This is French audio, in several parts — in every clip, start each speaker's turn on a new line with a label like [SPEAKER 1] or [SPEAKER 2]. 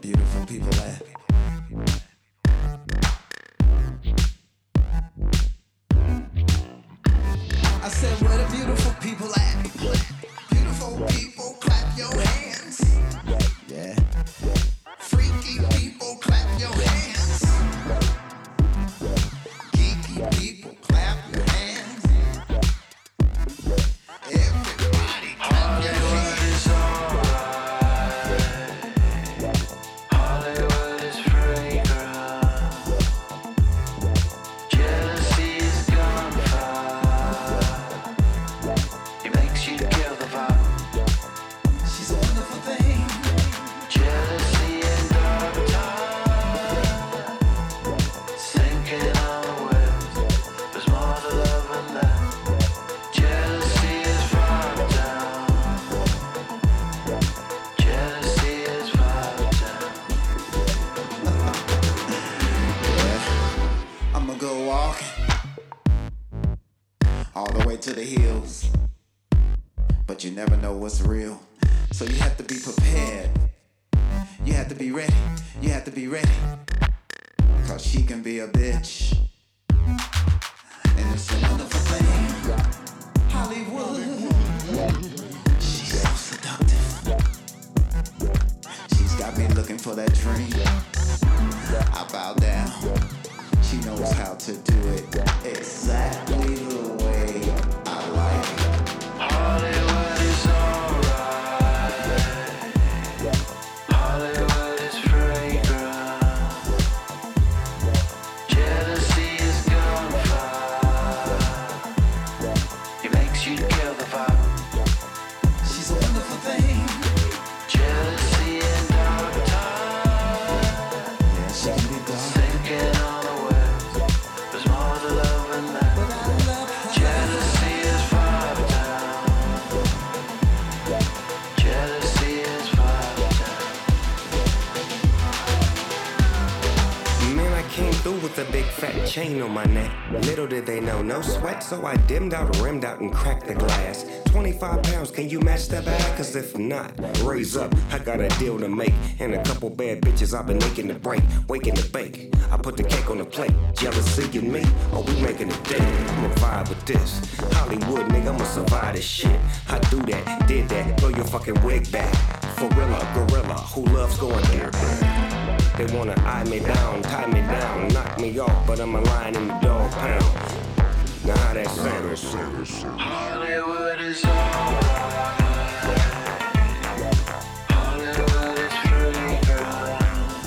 [SPEAKER 1] beautiful people at? I said, where the beautiful people at? Beautiful people, clap your hands. Yeah. Freaky people, clap your hands. Geeky people, clap your hands. Everybody, clap your hands.
[SPEAKER 2] Hollywood is fragrant. Jealousy is gunfire. It makes you kill the vibe.
[SPEAKER 1] She's a wonderful thing.
[SPEAKER 2] Jealousy and dark time. Sinking on the waves. There's more to love than that. Jealousy is far down. Jealousy is far down.
[SPEAKER 1] I'ma go walking all the way to the hills, but you never know what's real, so you have to be prepared. You have to be ready. You have to be ready, cause she can be a bitch, and it's a wonderful thing. Hollywood, she's so seductive. She's got me looking for that dream. I bow down. She knows how to do it exactly the way I like it.
[SPEAKER 2] Hollywood is alright. Hollywood is fragrant. Jealousy is gunfire. It makes you kill the vibe.
[SPEAKER 1] She's a wonderful thing.
[SPEAKER 2] Jealousy and dark time.
[SPEAKER 1] Yeah, she can be dark,
[SPEAKER 2] Sinking on the waves. There's more to love than that.
[SPEAKER 1] but I love her.
[SPEAKER 2] Jealousy is far down. Jealousy is far down.
[SPEAKER 3] Man, I came through with a big fat chain on my neck. Little did they know, no sweat, so I dimmed out, rimmed out, and cracked the glass. 25 pounds, can you match that bag? Cause if not, raise up, I got a deal to make. And a couple bad bitches I've been making to break, waking to bake. I put the cake on the plate, jealousy and me, or we making a date. I'ma vibe with this, Hollywood nigga, I'ma survive this shit. I do that, did that, blow your fucking wig back. Gorilla, gorilla, who loves going there? They wanna eye me down, tie me down, knock me off, but I'm a lion in the dog pound. Now how that sound?
[SPEAKER 2] Hollywood is alright. Hollywood is fragrant.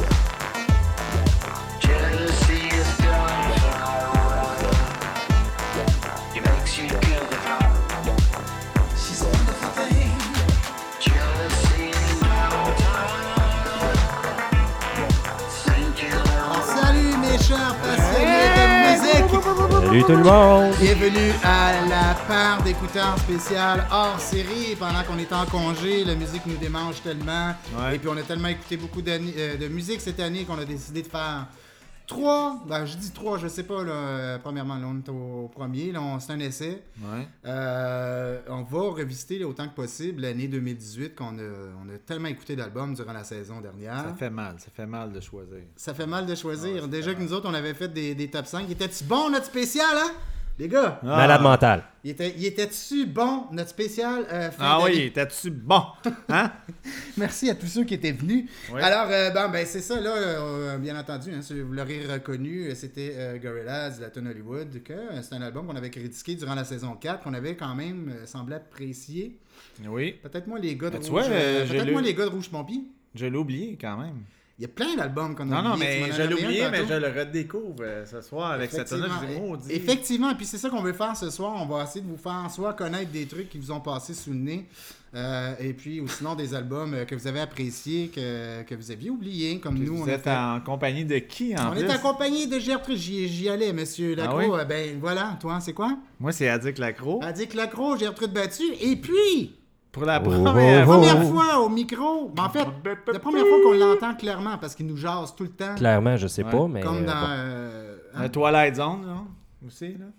[SPEAKER 2] Jealousy is gunfire. It makes you kill the vibe.
[SPEAKER 1] She's a wonderful thing.
[SPEAKER 2] Jealousy and dark time. Sinking on
[SPEAKER 4] Salut mes chers passionnés de musique!
[SPEAKER 5] Salut tout le monde!
[SPEAKER 4] Bienvenue à la part d'écouteurs spéciale hors série. Pendant qu'on est en congé, la musique nous démange tellement.
[SPEAKER 6] Ouais.
[SPEAKER 4] Et puis on a tellement écouté beaucoup de musique cette année qu'on a décidé de faire trois. Ben, je dis trois, je sais pas. Là, premièrement, là, on est au premier. Là, c'est un essai.
[SPEAKER 6] Ouais.
[SPEAKER 4] On va revisiter là, autant que possible l'année 2018 qu'on a tellement écouté d'albums durant la saison dernière.
[SPEAKER 6] Ça fait mal de choisir.
[SPEAKER 4] Ça fait mal de choisir.
[SPEAKER 6] Ouais,
[SPEAKER 4] Déjà que nous autres, on avait fait des top 5. Était-tu bon, notre spécial, hein? Les gars,
[SPEAKER 5] Malade mental.
[SPEAKER 4] il était-tu bon, notre spécial fin
[SPEAKER 6] Ah
[SPEAKER 4] d'année?
[SPEAKER 6] oui, t'as-tu bon? Hein?
[SPEAKER 4] Merci à tous ceux qui étaient venus.
[SPEAKER 6] Oui.
[SPEAKER 4] Alors, ben, c'est ça, là, bien entendu, hein, vous l'aurez reconnu, c'était Gorillaz, la tune Hollywood, que c'est un album qu'on avait critiqué durant la saison 4, qu'on avait quand même semblé apprécier.
[SPEAKER 6] Oui.
[SPEAKER 4] Peut-être moins les gars de
[SPEAKER 6] Tu
[SPEAKER 4] Rouge.
[SPEAKER 6] vois, j'ai
[SPEAKER 4] peut-être
[SPEAKER 6] lu-
[SPEAKER 4] moins les gars de Rouge Pompier.
[SPEAKER 6] Je l'ai oublié quand même.
[SPEAKER 4] Il y a plein d'albums qu'on a
[SPEAKER 6] Non,
[SPEAKER 4] oubliés. Tu
[SPEAKER 6] mais
[SPEAKER 4] m'en
[SPEAKER 6] je
[SPEAKER 4] as
[SPEAKER 6] l'ai
[SPEAKER 4] nommé un
[SPEAKER 6] oublié, mais
[SPEAKER 4] tantôt.
[SPEAKER 6] je le redécouvre ce soir avec cette tonne. Je dis, maudit.
[SPEAKER 4] Effectivement, puis c'est ça qu'on veut faire ce soir. On va essayer de vous faire soit connaître des trucs qui vous ont passé sous le nez, et puis ou sinon des albums que vous avez appréciés, que vous aviez oubliés, comme
[SPEAKER 6] Puis
[SPEAKER 4] nous.
[SPEAKER 6] vous
[SPEAKER 4] on a
[SPEAKER 6] êtes
[SPEAKER 4] fait.
[SPEAKER 6] en compagnie de qui en
[SPEAKER 4] On
[SPEAKER 6] plus?
[SPEAKER 4] est accompagné de Gertrude. J'y allais, monsieur Lacroix.
[SPEAKER 6] Ah oui?
[SPEAKER 4] Ben voilà, toi, c'est quoi?
[SPEAKER 6] Moi, c'est Addict Lacroix.
[SPEAKER 4] Addict Lacroix, Gertrude Battu. Et puis,
[SPEAKER 6] Pour la
[SPEAKER 5] Oh,
[SPEAKER 6] première
[SPEAKER 5] oh,
[SPEAKER 6] fois.
[SPEAKER 4] première fois au micro. Ben, en fait, la première fois qu'on l'entend clairement parce qu'il nous jase tout le temps.
[SPEAKER 5] Clairement, je sais
[SPEAKER 6] Ouais.
[SPEAKER 5] pas, mais.
[SPEAKER 4] Comme dans.
[SPEAKER 5] bon.
[SPEAKER 4] hein?
[SPEAKER 6] Twilight Zone, là, aussi, là.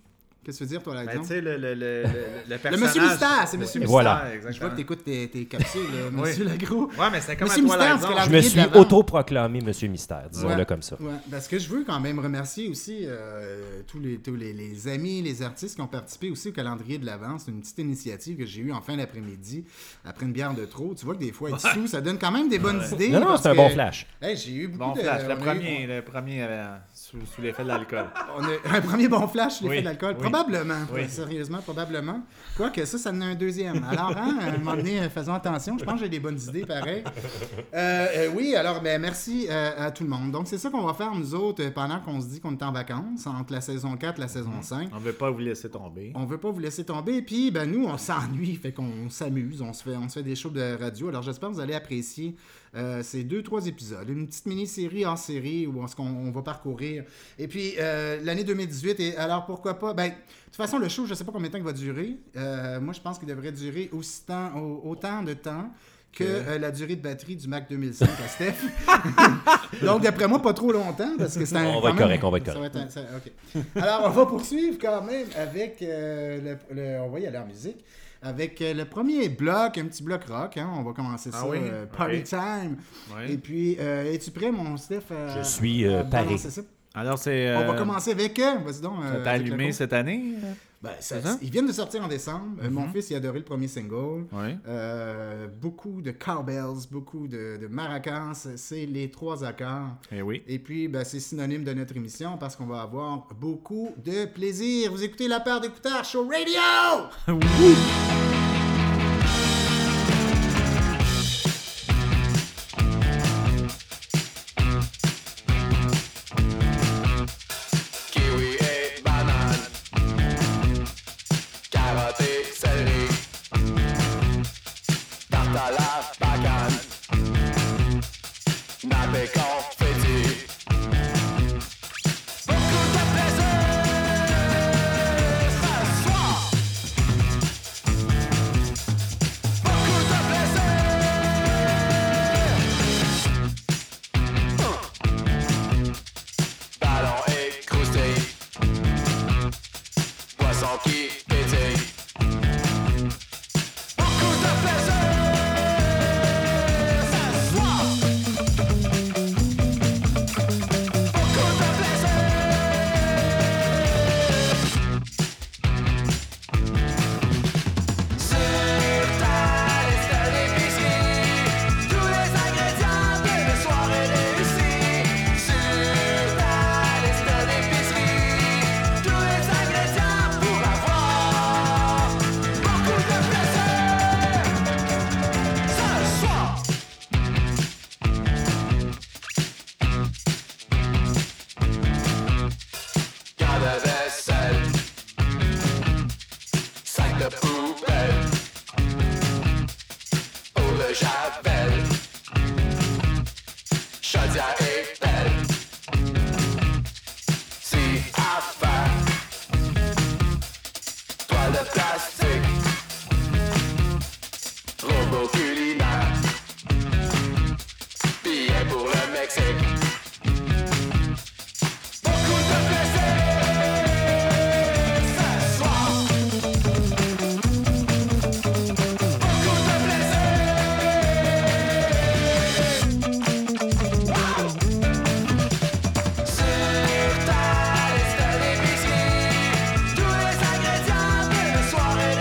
[SPEAKER 4] Qu'est-ce que tu veux dire, toi,
[SPEAKER 6] Ben, tu
[SPEAKER 4] l'exemple?
[SPEAKER 6] sais, le personnage.
[SPEAKER 4] Le Monsieur Mystère, c'est Monsieur Mystère.
[SPEAKER 5] Voilà.
[SPEAKER 4] Je vois
[SPEAKER 6] Exactement.
[SPEAKER 4] que t'écoutes tes capsules, Monsieur Lagros.
[SPEAKER 6] Ouais, mais c'est comme
[SPEAKER 4] Monsieur
[SPEAKER 6] à toi,
[SPEAKER 4] Mystère,
[SPEAKER 6] la
[SPEAKER 4] parce que
[SPEAKER 5] Je
[SPEAKER 4] la-
[SPEAKER 5] me suis
[SPEAKER 4] d'avant.
[SPEAKER 5] autoproclamé Monsieur Mystère, disons-le
[SPEAKER 4] Ouais.
[SPEAKER 5] comme ça.
[SPEAKER 4] Ouais, parce que je veux quand même remercier aussi tous les amis, les artistes qui ont participé aussi au calendrier de l'Avent. C'est une petite initiative que j'ai eue en fin d'après-midi, après une bière de trop. Tu vois que des fois, être sous, ça donne quand même des bonnes idées.
[SPEAKER 5] Non,
[SPEAKER 4] parce
[SPEAKER 5] c'est un
[SPEAKER 4] que-
[SPEAKER 5] bon flash.
[SPEAKER 4] Hey, j'ai eu beaucoup
[SPEAKER 6] Bon
[SPEAKER 4] de...
[SPEAKER 6] flash.
[SPEAKER 4] on a eu-
[SPEAKER 6] Le premier sous l'effet de l'alcool.
[SPEAKER 4] On a un premier bon flash, l'effet
[SPEAKER 6] Oui,
[SPEAKER 4] de l'alcool.
[SPEAKER 6] oui.
[SPEAKER 4] Probablement.
[SPEAKER 6] Oui.
[SPEAKER 4] Sérieusement, probablement. Quoique ça en a un deuxième. Alors, à un moment donné, faisons attention. Je pense que j'ai des bonnes idées, pareil. Oui, alors, ben, merci à tout le monde. Donc, c'est ça qu'on va faire, nous autres, pendant qu'on se dit qu'on est en vacances, entre la saison 4 et la saison 5.
[SPEAKER 6] On ne veut pas vous laisser tomber.
[SPEAKER 4] On veut pas vous laisser tomber. Puis, ben, nous, on s'ennuie. Fait qu'on s'amuse. On se fait des shows de radio. Alors, j'espère que vous allez apprécier ces 2-3 épisodes. Une petite mini-série hors série où on va parcourir. Et puis, l'année 2018. Et alors, pourquoi pas? Ben, de toute façon, le show, je sais pas combien de temps il va durer. Moi, je pense qu'il devrait durer autant de temps que la durée de batterie du Mac 2005 à Steph. Donc, d'après moi, pas trop longtemps, parce que c'est un...
[SPEAKER 5] On va être correct, on va être correct.
[SPEAKER 4] OK. Alors, on va poursuivre quand même avec on va y aller en musique. Avec le premier bloc, un petit bloc rock. Hein, on va commencer ça.
[SPEAKER 6] oui?
[SPEAKER 4] Party
[SPEAKER 6] Ok.
[SPEAKER 4] Time.
[SPEAKER 6] Oui.
[SPEAKER 4] Et puis, es-tu prêt, mon Steph?
[SPEAKER 5] Je suis paré.
[SPEAKER 4] balancer ça?
[SPEAKER 6] Alors, c'est.
[SPEAKER 4] On va commencer avec... vas-y donc.
[SPEAKER 6] Ça t'a
[SPEAKER 4] avec
[SPEAKER 6] allumé
[SPEAKER 4] le
[SPEAKER 6] cette année?
[SPEAKER 4] ben,
[SPEAKER 6] C'est ça?
[SPEAKER 4] ils viennent de sortir en décembre. Mon fils, il a adoré le premier single.
[SPEAKER 6] Oui.
[SPEAKER 4] Beaucoup de cowbells, beaucoup de maracas. C'est les 3 accords.
[SPEAKER 6] Eh oui.
[SPEAKER 4] Et puis, ben, c'est synonyme de notre émission parce qu'on va avoir beaucoup de plaisir. Vous écoutez La Paire d'écouteurs, Show Radio!
[SPEAKER 2] Kiwi et banane, carotte et céleri, tarte à la bacane, nappe et confetti. Beaucoup de plaisir ce soir. Beaucoup de plaisir. Ballon et croustille, poisson qui pétille. Beaucoup de plaisir ce soir. Beaucoup de plaisir. Sur ta liste d'épicerie, tous les ingrédients d'une soirée réussie. Sur ta liste d'épicerie, tous les ingrédients pour avoir beaucoup de plaisir ce soir. Garde-vaisselle, sac de poubelle, eau de javel, chaudière et pelle, si à faire, toile de plastique, robot culinaire, billet pour le Mexique. Beaucoup de plaisir ce soir. Beaucoup de plaisir. Wow. Sur ta liste d'épicerie, tous les ingrédients d'une soirée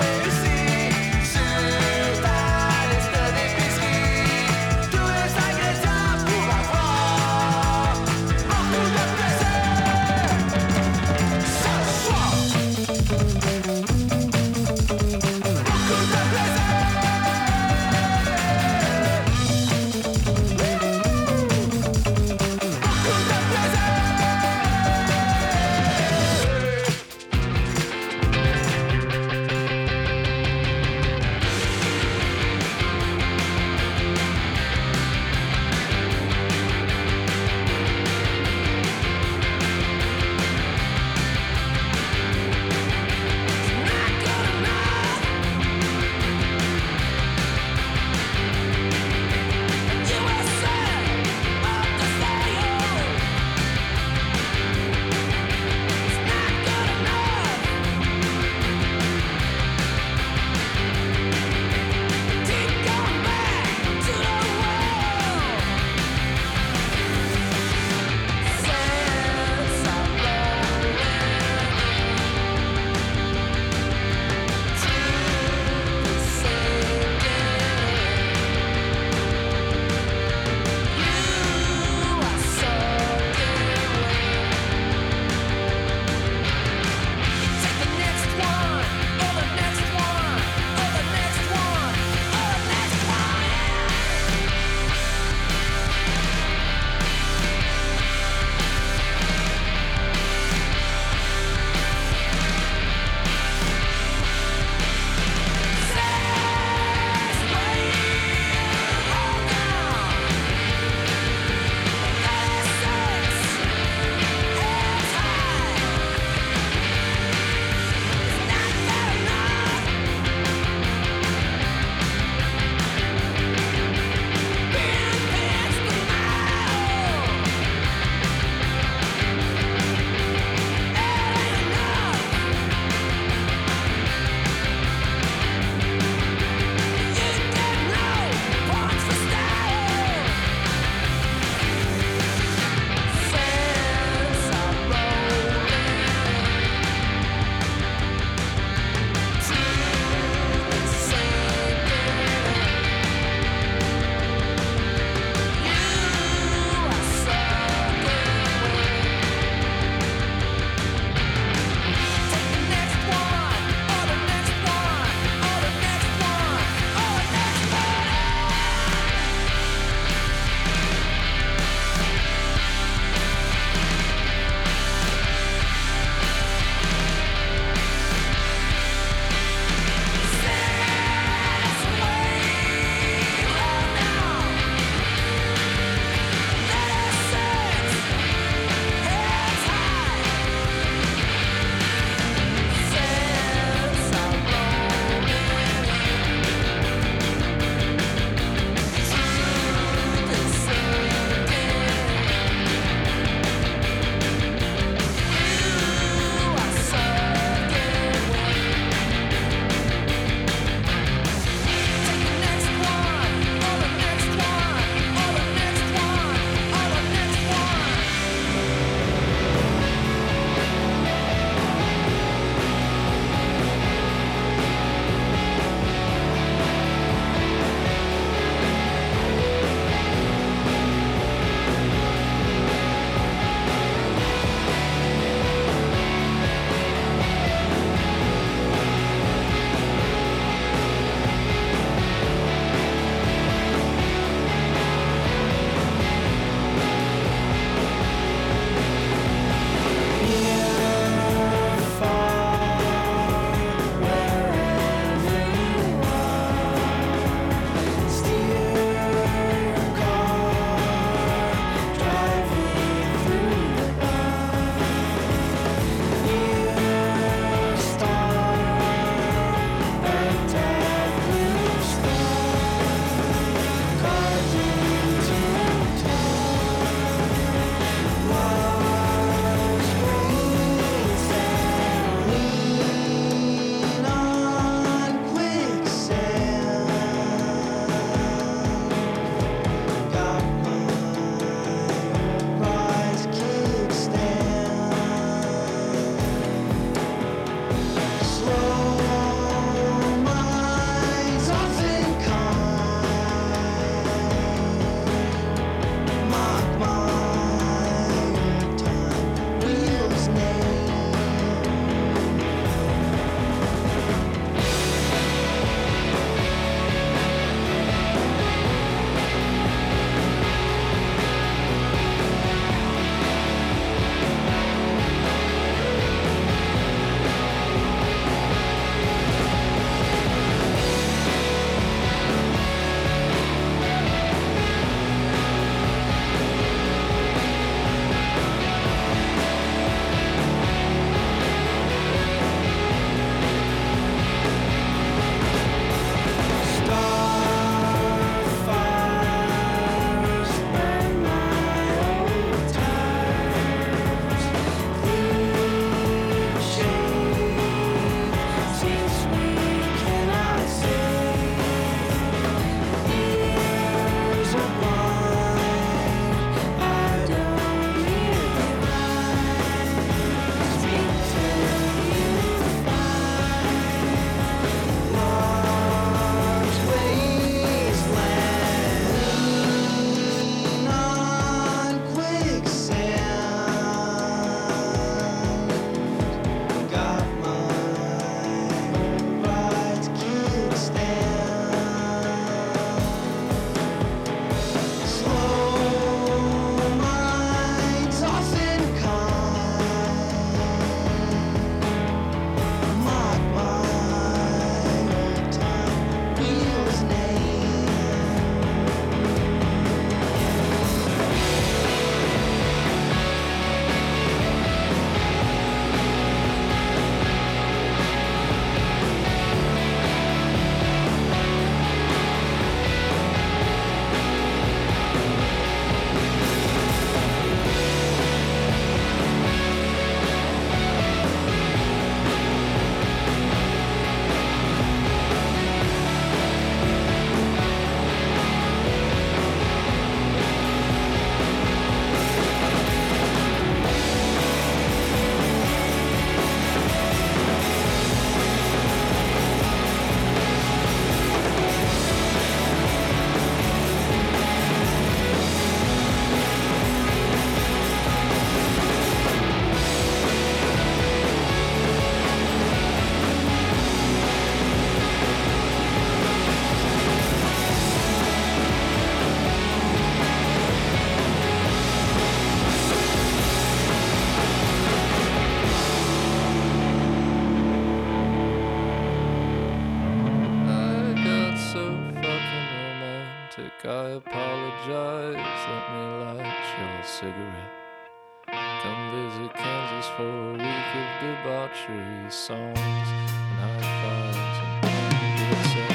[SPEAKER 7] I apologize. Let me light your cigarette. Come visit Kansas for a week of debauchery, songs and high fives and good sex.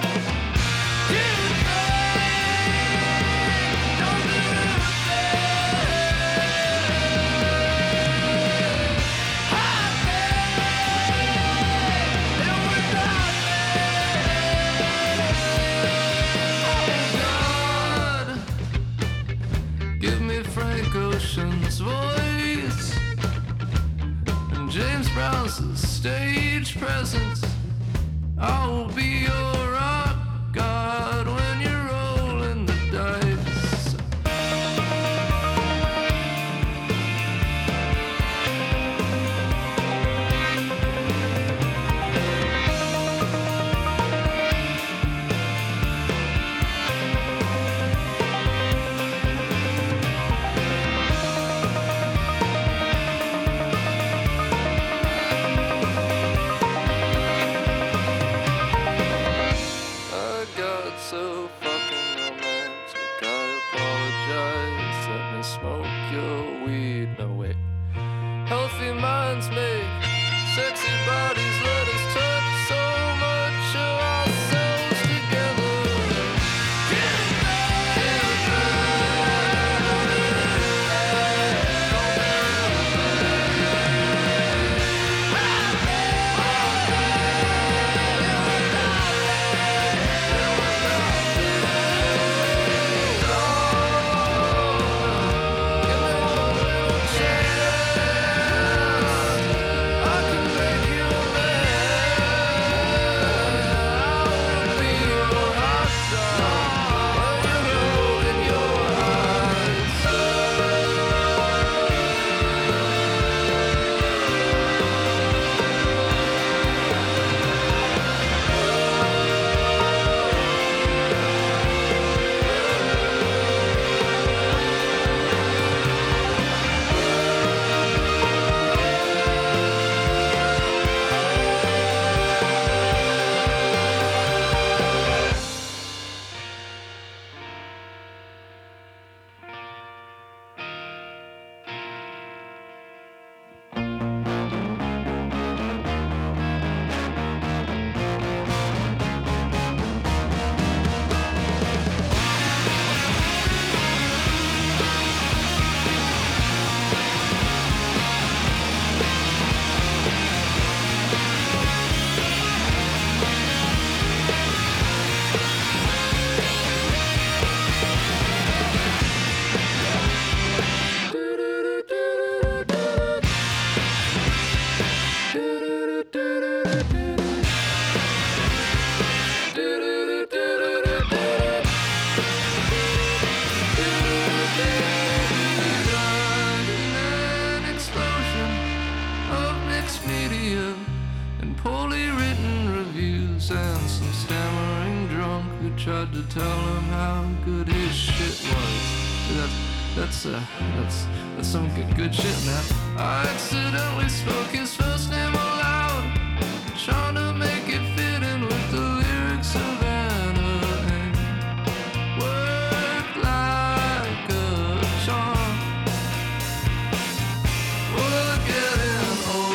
[SPEAKER 7] Ocean's voice and James Brown's stage presence. I will be your rock god when you're rolling the dice. So fucking romantic, I apologize. Let me smoke your weed, no wait. Healthy minds make sexy bodies, let us touch so much of ourselves together. Tried to tell him how good his shit was. That's some good shit, man. I accidentally spoke his first name aloud, trying to make it fit in with the lyrics of Anna and work like a charm. Well, we're getting old.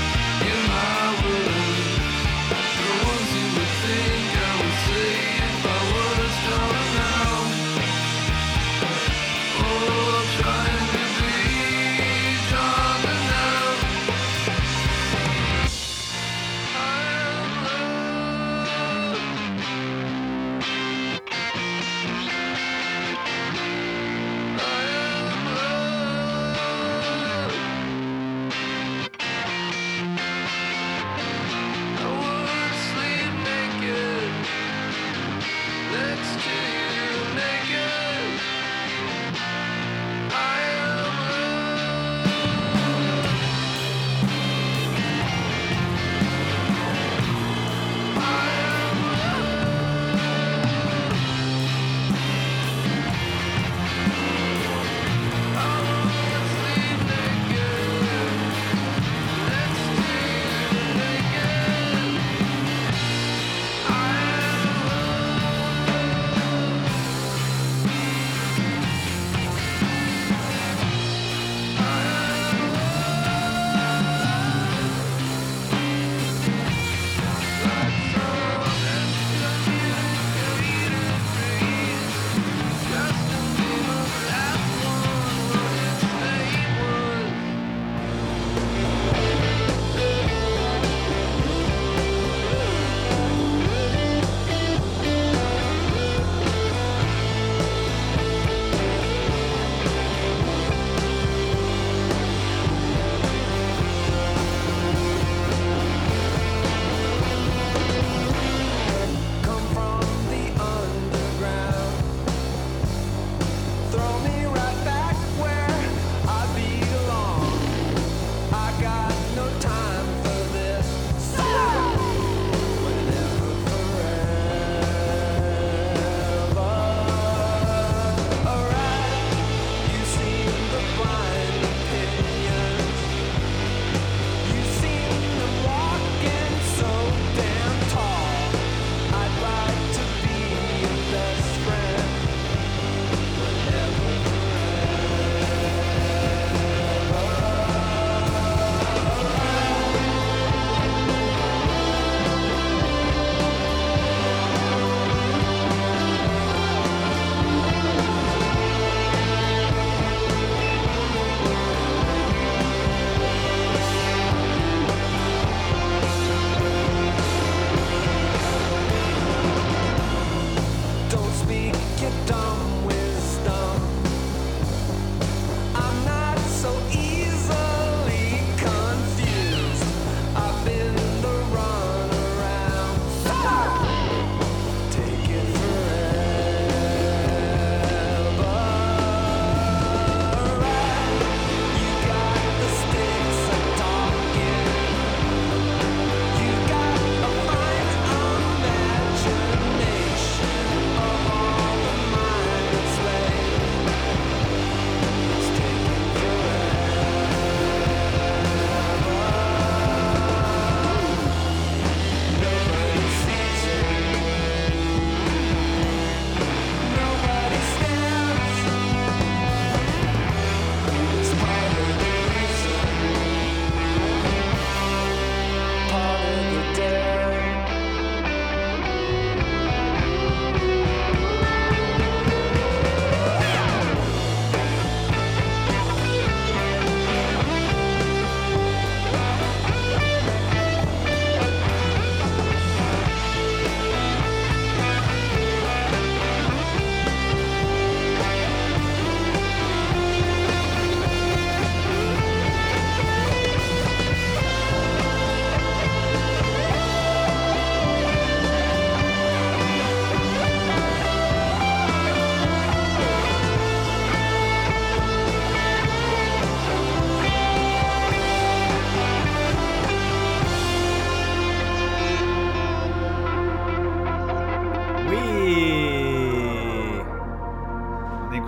[SPEAKER 7] If I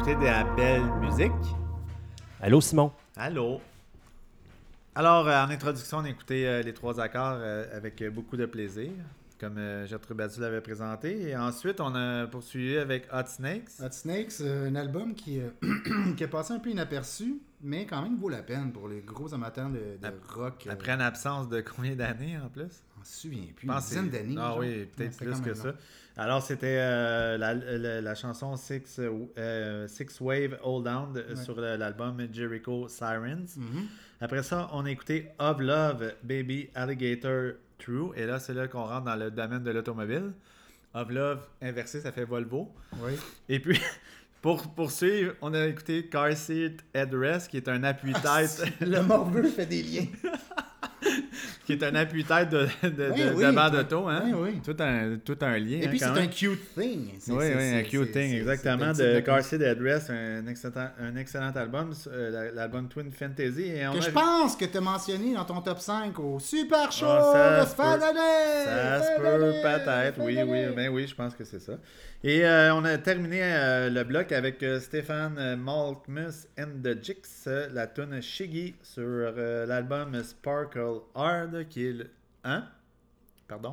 [SPEAKER 6] écouté de la belle musique.
[SPEAKER 5] Allô, Simon?
[SPEAKER 6] Allô. Alors, en introduction, on a écouté les 3 accords avec beaucoup de plaisir, comme Gertrude Badu l'avait présenté. Et ensuite, on a poursuivi avec Hot Snakes.
[SPEAKER 4] Hot Snakes, un album qui est passé un peu inaperçu, mais quand même vaut la peine pour les gros amateurs de rock.
[SPEAKER 6] Après une absence de combien d'années en plus?
[SPEAKER 4] On se souvient plus, une dizaine d'années.
[SPEAKER 6] Ah
[SPEAKER 4] genre.
[SPEAKER 6] oui, peut-être
[SPEAKER 4] Ouais,
[SPEAKER 6] plus que
[SPEAKER 4] long.
[SPEAKER 6] ça. Alors, c'était la chanson Six Wave Hold Down sur l'album Jericho Sirens.
[SPEAKER 4] Mhm.
[SPEAKER 6] Après ça, on a écouté Of Love, Baby Alligator True. Et là, c'est là qu'on rentre dans le domaine de l'automobile. Of Love inversé, ça fait Volvo.
[SPEAKER 4] Oui.
[SPEAKER 6] Et puis, pour poursuivre, on a écouté Car Seat Headrest, qui est un appui-tête.
[SPEAKER 4] Le morveux fait des liens.
[SPEAKER 6] Qui est un appui-tête de banc d'auto. Hein?
[SPEAKER 4] Oui.
[SPEAKER 6] Tout un lien.
[SPEAKER 4] Et puis,
[SPEAKER 6] quand
[SPEAKER 4] c'est
[SPEAKER 6] même.
[SPEAKER 4] un cute thing.
[SPEAKER 6] Oui, un cute thing, exactement. De Car Seat Headrest, un excellent album, l'album Twin Fantasy. Et on
[SPEAKER 4] que
[SPEAKER 6] a
[SPEAKER 4] je pense que tu as mentionné dans ton top 5 au Super Show
[SPEAKER 6] ça
[SPEAKER 4] de
[SPEAKER 6] se
[SPEAKER 4] fin
[SPEAKER 6] peut.
[SPEAKER 4] d'année.
[SPEAKER 6] Ça se peut peut-être, oui, je pense que c'est ça. Et on a terminé le bloc avec Stéphane Malkmus and the Jicks, la tune Shiggy sur l'album Sparkle Hard, qui est le... Hein? Pardon?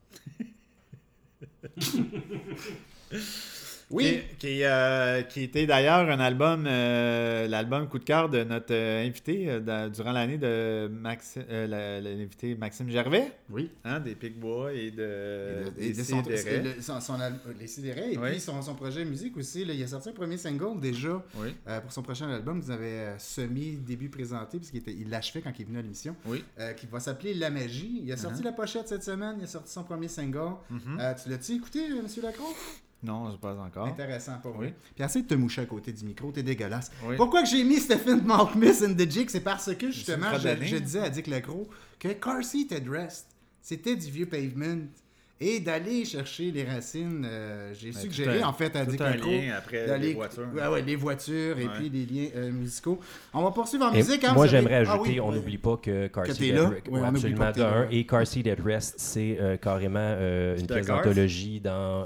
[SPEAKER 4] Oui.
[SPEAKER 6] Qui était d'ailleurs un album, l'album coup de cœur de notre invité durant l'année de l'invité Maxime Gervais,
[SPEAKER 4] Oui.
[SPEAKER 6] hein, des Picbois et de
[SPEAKER 4] les Sidérés. Et
[SPEAKER 6] Oui.
[SPEAKER 4] puis son projet musique aussi. Là, il a sorti un premier single déjà
[SPEAKER 6] Oui.
[SPEAKER 4] pour son prochain album que vous avez début présenté, puisqu'il l'achevait quand il est venu à l'émission,
[SPEAKER 6] Oui.
[SPEAKER 4] qui va s'appeler La Magie. Il a sorti la pochette cette semaine, il a sorti son premier single. Tu l'as-tu écouté, M. Lacroix?
[SPEAKER 6] Non, je pas encore.
[SPEAKER 4] Intéressant, pas vrai.
[SPEAKER 6] Oui.
[SPEAKER 4] Puis essaye de te moucher à côté du micro, t'es dégueulasse.
[SPEAKER 6] Oui.
[SPEAKER 4] Pourquoi que j'ai mis Stephen Malkmus and the Jig? C'est parce que justement,
[SPEAKER 6] une crotte
[SPEAKER 4] je disais à Dick Lacroix que Car Seat Headrest, c'était du vieux pavement. Et d'aller chercher les racines, j'ai suggéré en fait à Dick
[SPEAKER 6] un
[SPEAKER 4] Lacroix.
[SPEAKER 6] lien après les voitures.
[SPEAKER 4] Les voitures et
[SPEAKER 6] Ouais.
[SPEAKER 4] puis les liens musicaux. On va poursuivre en
[SPEAKER 5] Et
[SPEAKER 4] musique. Hein,
[SPEAKER 5] moi,
[SPEAKER 4] vous savez-
[SPEAKER 5] j'aimerais
[SPEAKER 4] Ah
[SPEAKER 5] ajouter,
[SPEAKER 4] oui,
[SPEAKER 5] on
[SPEAKER 4] ouais.
[SPEAKER 5] n'oublie pas que Car
[SPEAKER 4] Que
[SPEAKER 5] Seat
[SPEAKER 4] t'es là.
[SPEAKER 5] Headrest,
[SPEAKER 4] Oui, on n'oublie
[SPEAKER 5] absolument
[SPEAKER 4] pas que t'es
[SPEAKER 5] de
[SPEAKER 4] là.
[SPEAKER 5] un. Et Car Seat Headrest, c'est carrément une pièce
[SPEAKER 6] Cars.
[SPEAKER 5] d'anthologie dans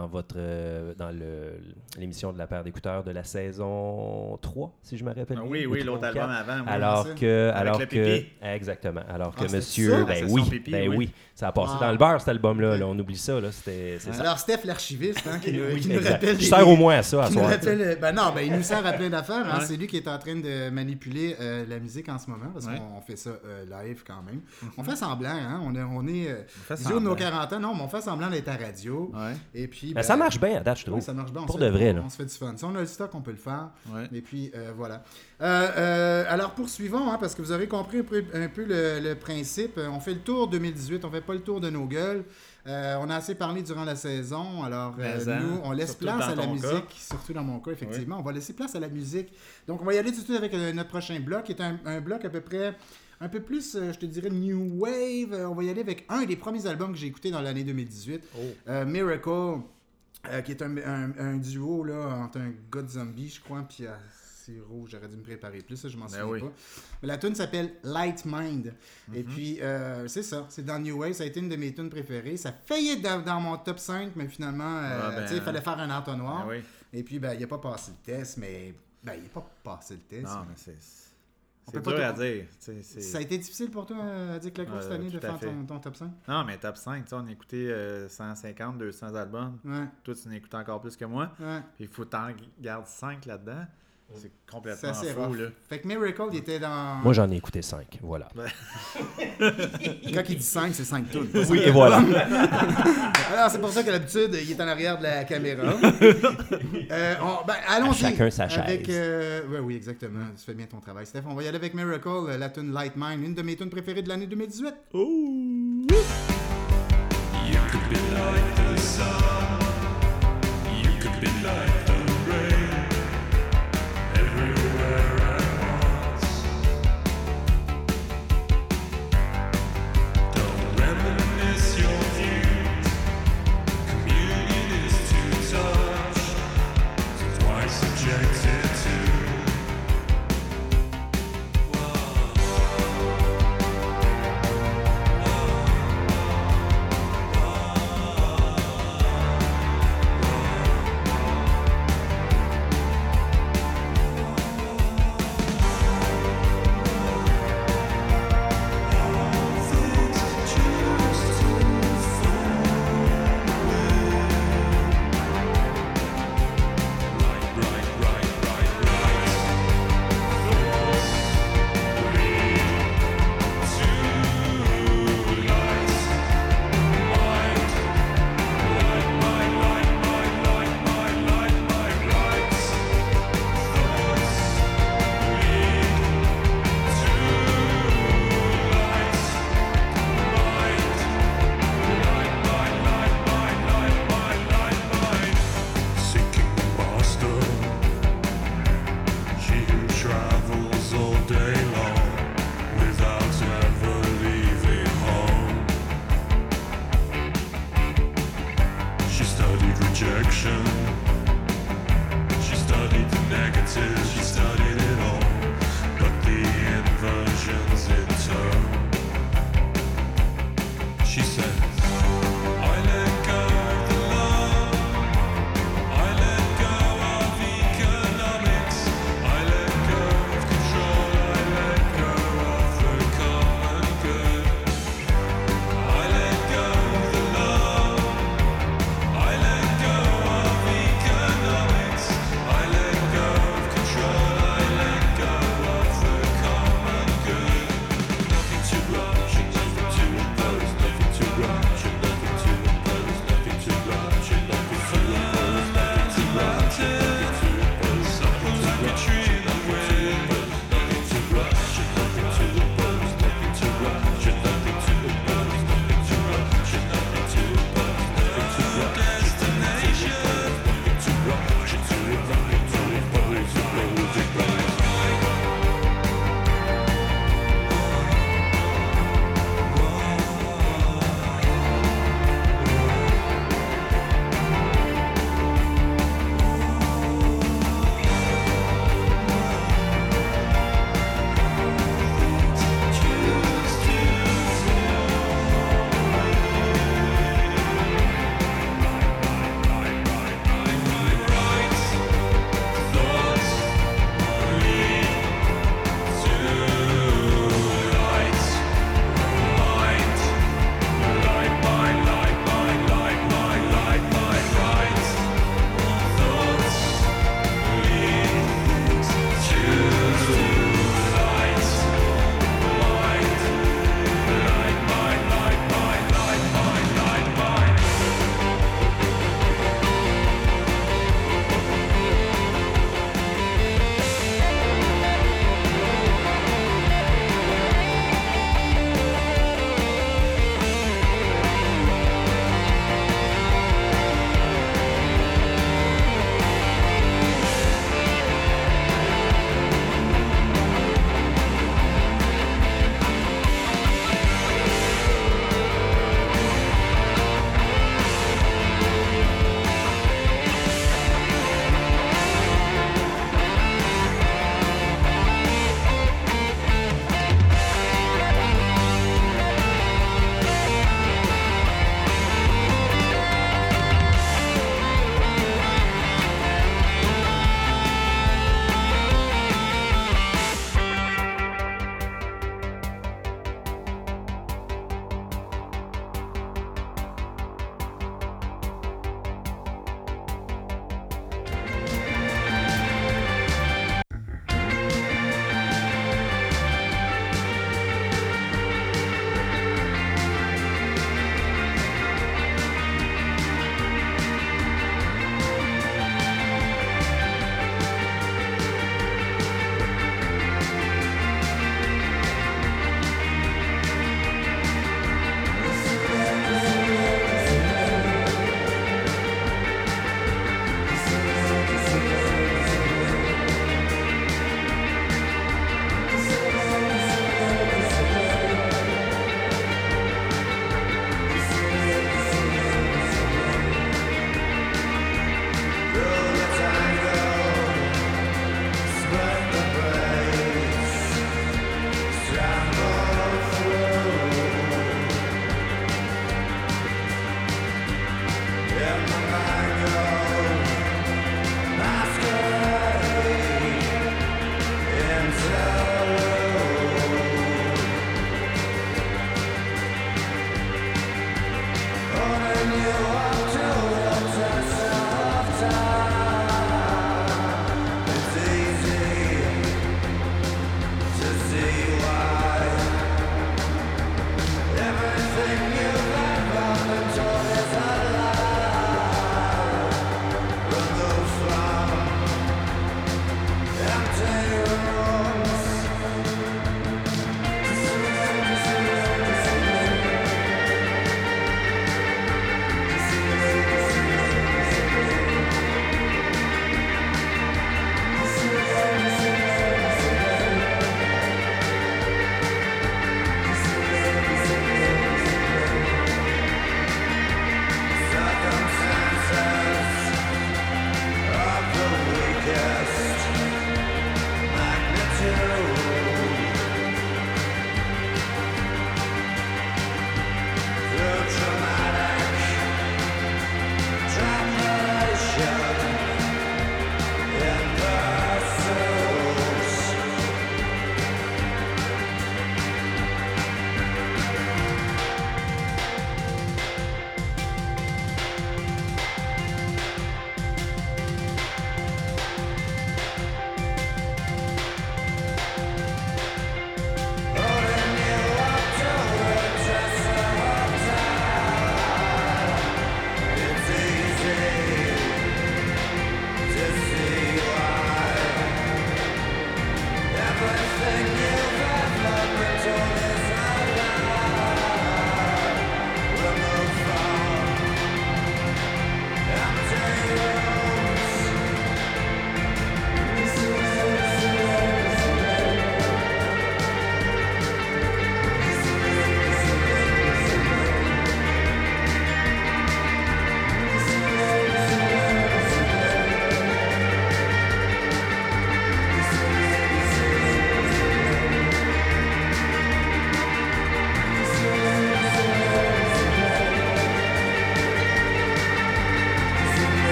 [SPEAKER 5] l'émission de la paire d'écouteurs de la saison 3, si je me rappelle bien.
[SPEAKER 6] Oui,
[SPEAKER 5] ou
[SPEAKER 6] l'autre
[SPEAKER 5] 3 ou 4.
[SPEAKER 6] album avant. Oui.
[SPEAKER 5] Alors
[SPEAKER 4] c'est ça.
[SPEAKER 5] que,
[SPEAKER 6] Avec le pipi.
[SPEAKER 5] exactement. Alors que
[SPEAKER 4] c'était
[SPEAKER 5] monsieur,
[SPEAKER 4] ça?
[SPEAKER 6] La
[SPEAKER 5] ben
[SPEAKER 6] session pipi, oui.
[SPEAKER 5] oui, ça a passé
[SPEAKER 4] Ah.
[SPEAKER 5] dans le beurre cet album-là. Là, on oublie ça, là, c'est ça.
[SPEAKER 4] Alors, Steph, l'archiviste, hein, qui nous
[SPEAKER 5] Exact.
[SPEAKER 4] rappelle.
[SPEAKER 5] Je sers au moins à ça, à
[SPEAKER 4] Qui nous
[SPEAKER 5] soir.
[SPEAKER 4] rappelle, il nous sert à plein d'affaires. Hein.
[SPEAKER 6] Ouais.
[SPEAKER 4] C'est lui qui est en train de manipuler la musique en ce moment, parce
[SPEAKER 6] Ouais.
[SPEAKER 4] qu'on fait ça live quand même. On fait semblant, hein. On est
[SPEAKER 6] fait
[SPEAKER 4] visio de nos
[SPEAKER 6] semblant.
[SPEAKER 4] 40 ans, non, mais on fait semblant d'être à radio.
[SPEAKER 6] Ouais.
[SPEAKER 4] Et puis,
[SPEAKER 5] Ben, ça marche bien à date, je trouve.
[SPEAKER 4] Oui, ça marche bien. On
[SPEAKER 5] Pour
[SPEAKER 4] se fait-
[SPEAKER 5] de vrai, là.
[SPEAKER 4] On se fait du fun. Si on a le stock, on peut le faire.
[SPEAKER 6] Ouais.
[SPEAKER 4] Et puis, voilà. Alors, poursuivons, hein, parce que vous avez compris un peu le principe. On fait le tour 2018, on fait pas le tour de nos gueules. On a assez parlé durant la saison, alors
[SPEAKER 6] Mais, hein,
[SPEAKER 4] nous, on laisse
[SPEAKER 6] surtout
[SPEAKER 4] place
[SPEAKER 6] dans
[SPEAKER 4] à la
[SPEAKER 6] ton
[SPEAKER 4] musique,
[SPEAKER 6] cas.
[SPEAKER 4] surtout dans mon cas, effectivement. On va laisser place à la musique. Donc, on va y aller tout de suite avec notre prochain bloc, qui est un bloc à peu près un peu plus, je te dirais, New Wave. On va y aller avec un des premiers albums que j'ai écouté dans l'année 2018, Miracle, qui est un duo là, entre un gars de zombie, je crois, puis c'est rouge, j'aurais dû me préparer plus, ça, je m'en souviens
[SPEAKER 6] oui.
[SPEAKER 4] pas. Mais la tune s'appelle Light Mind. Et puis, c'est ça, c'est dans New Wave, ça a été une de mes tunes préférées. Ça faillit être dans mon top 5, mais finalement, tu sais, il fallait faire un entonnoir.
[SPEAKER 6] Ben oui.
[SPEAKER 4] Et puis, il n'a pas passé le test, mais il n'a pas passé le test.
[SPEAKER 6] Non, mais c'est
[SPEAKER 4] peut
[SPEAKER 6] dur
[SPEAKER 4] pas
[SPEAKER 6] à
[SPEAKER 4] tout-
[SPEAKER 6] dire. Tu sais, c'est-
[SPEAKER 4] Ça a été difficile pour toi, Dick Lacroix, cette année, de
[SPEAKER 6] tout à
[SPEAKER 4] faire
[SPEAKER 6] fait.
[SPEAKER 4] ton top 5?
[SPEAKER 6] Non, mais top 5, tu sais, on a écouté 150, 200 albums.
[SPEAKER 4] Ouais,
[SPEAKER 6] Toi, tu en écoutes encore plus que moi.
[SPEAKER 4] ouais.
[SPEAKER 6] Puis il faut t'en garder 5 là-dedans. C'est
[SPEAKER 4] C'est
[SPEAKER 6] complètement
[SPEAKER 4] assez
[SPEAKER 6] fou,
[SPEAKER 4] rough.
[SPEAKER 6] là.
[SPEAKER 4] Fait que Miracle, il était dans...
[SPEAKER 5] Moi, j'en ai écouté 5, voilà.
[SPEAKER 4] Quand il dit 5, c'est 5 tunes.
[SPEAKER 5] Oui, et voilà.
[SPEAKER 4] Alors, c'est pour ça qu'à l'habitude, il est en arrière de la caméra. Allons-y.
[SPEAKER 5] Chacun sa
[SPEAKER 4] Avec,
[SPEAKER 5] chaise.
[SPEAKER 4] oui, exactement. Tu fais bien ton travail, Steph. On va y aller avec Miracle, la tune Light Mind, une de mes tunes préférées de l'année 2018.
[SPEAKER 8] You could be like the sun. You could be like the rain. Everywhere at once. Don't reminisce your views. Communion is to touch. So why subject it to? Whoa. inversion. She studied the negative, she studied it all, but the inversions in turn. She says, I let go of the love, I let go of economics, I let go of control, I let go of the common good. I let go of the love, I let go of economics, I let go of control, I let go of the common good. Nothing to rush, nothing to impose, nothing to rush, nothing to impose, nothing to rush, nothing to impose, nothing to rush, nothing to impose, something like a tree in the wind. Nothing to rush, nothing to impose, nothing to rush, nothing to impose, nothing to rush, nothing to impose, nothing to rush, destination. Nothing to rush, nothing to impose, nothing to rush.